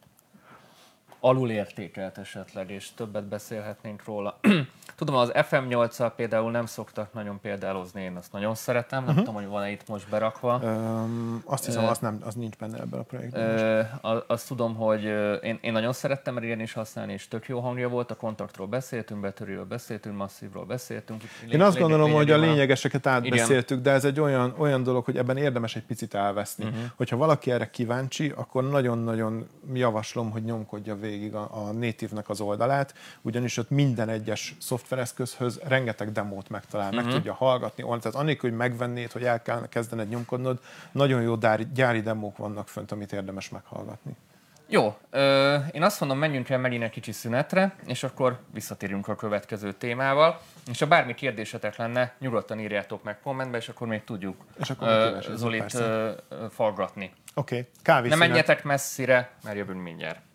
alulértékelt esetleg, és többet beszélhetnénk róla? Tudom, az ef em nyolccal például nem szoktak nagyon példálozni, én azt nagyon szeretem, nem uh-huh. tudom, hogy van-e itt most berakva. Um, azt hiszem, uh, az, nem, az nincs benne ebben a projektben. Uh, azt tudom, hogy uh, én, én nagyon szerettem mert ilyen is használni, és tök jó hangja volt, a Kontaktról beszéltünk, Batteryről beszéltünk, Massive-ról beszéltünk. Én azt gondolom, hogy a lényegeseket átbeszéltük, de ez egy olyan, olyan dolog, hogy ebben érdemes egy picit elveszni. Uh-huh. Hogyha valaki erre kíváncsi, akkor nagyon-nagyon javaslom, hogy nyomkodja végig a, a Native-nek az oldalát, ugyanis ott minden egyes szoftvereszközhöz rengeteg demót megtalál, uh-huh. meg tudja hallgatni, tehát annélkül, hogy megvennéd, hogy el kellene kezdened nyomkodnod, nagyon jó dári, gyári demók vannak fönt, amit érdemes meghallgatni. Jó, ö, én azt mondom, menjünk el megint egy kicsi szünetre, és akkor visszatérünk a következő témával. És ha bármi kérdésetek lenne, nyugodtan írjátok meg kommentbe, és akkor még tudjuk és akkor ö, Zolit ö, faggatni. Oké, okay. Ne menjetek messzire, mert jövünk mindjárt.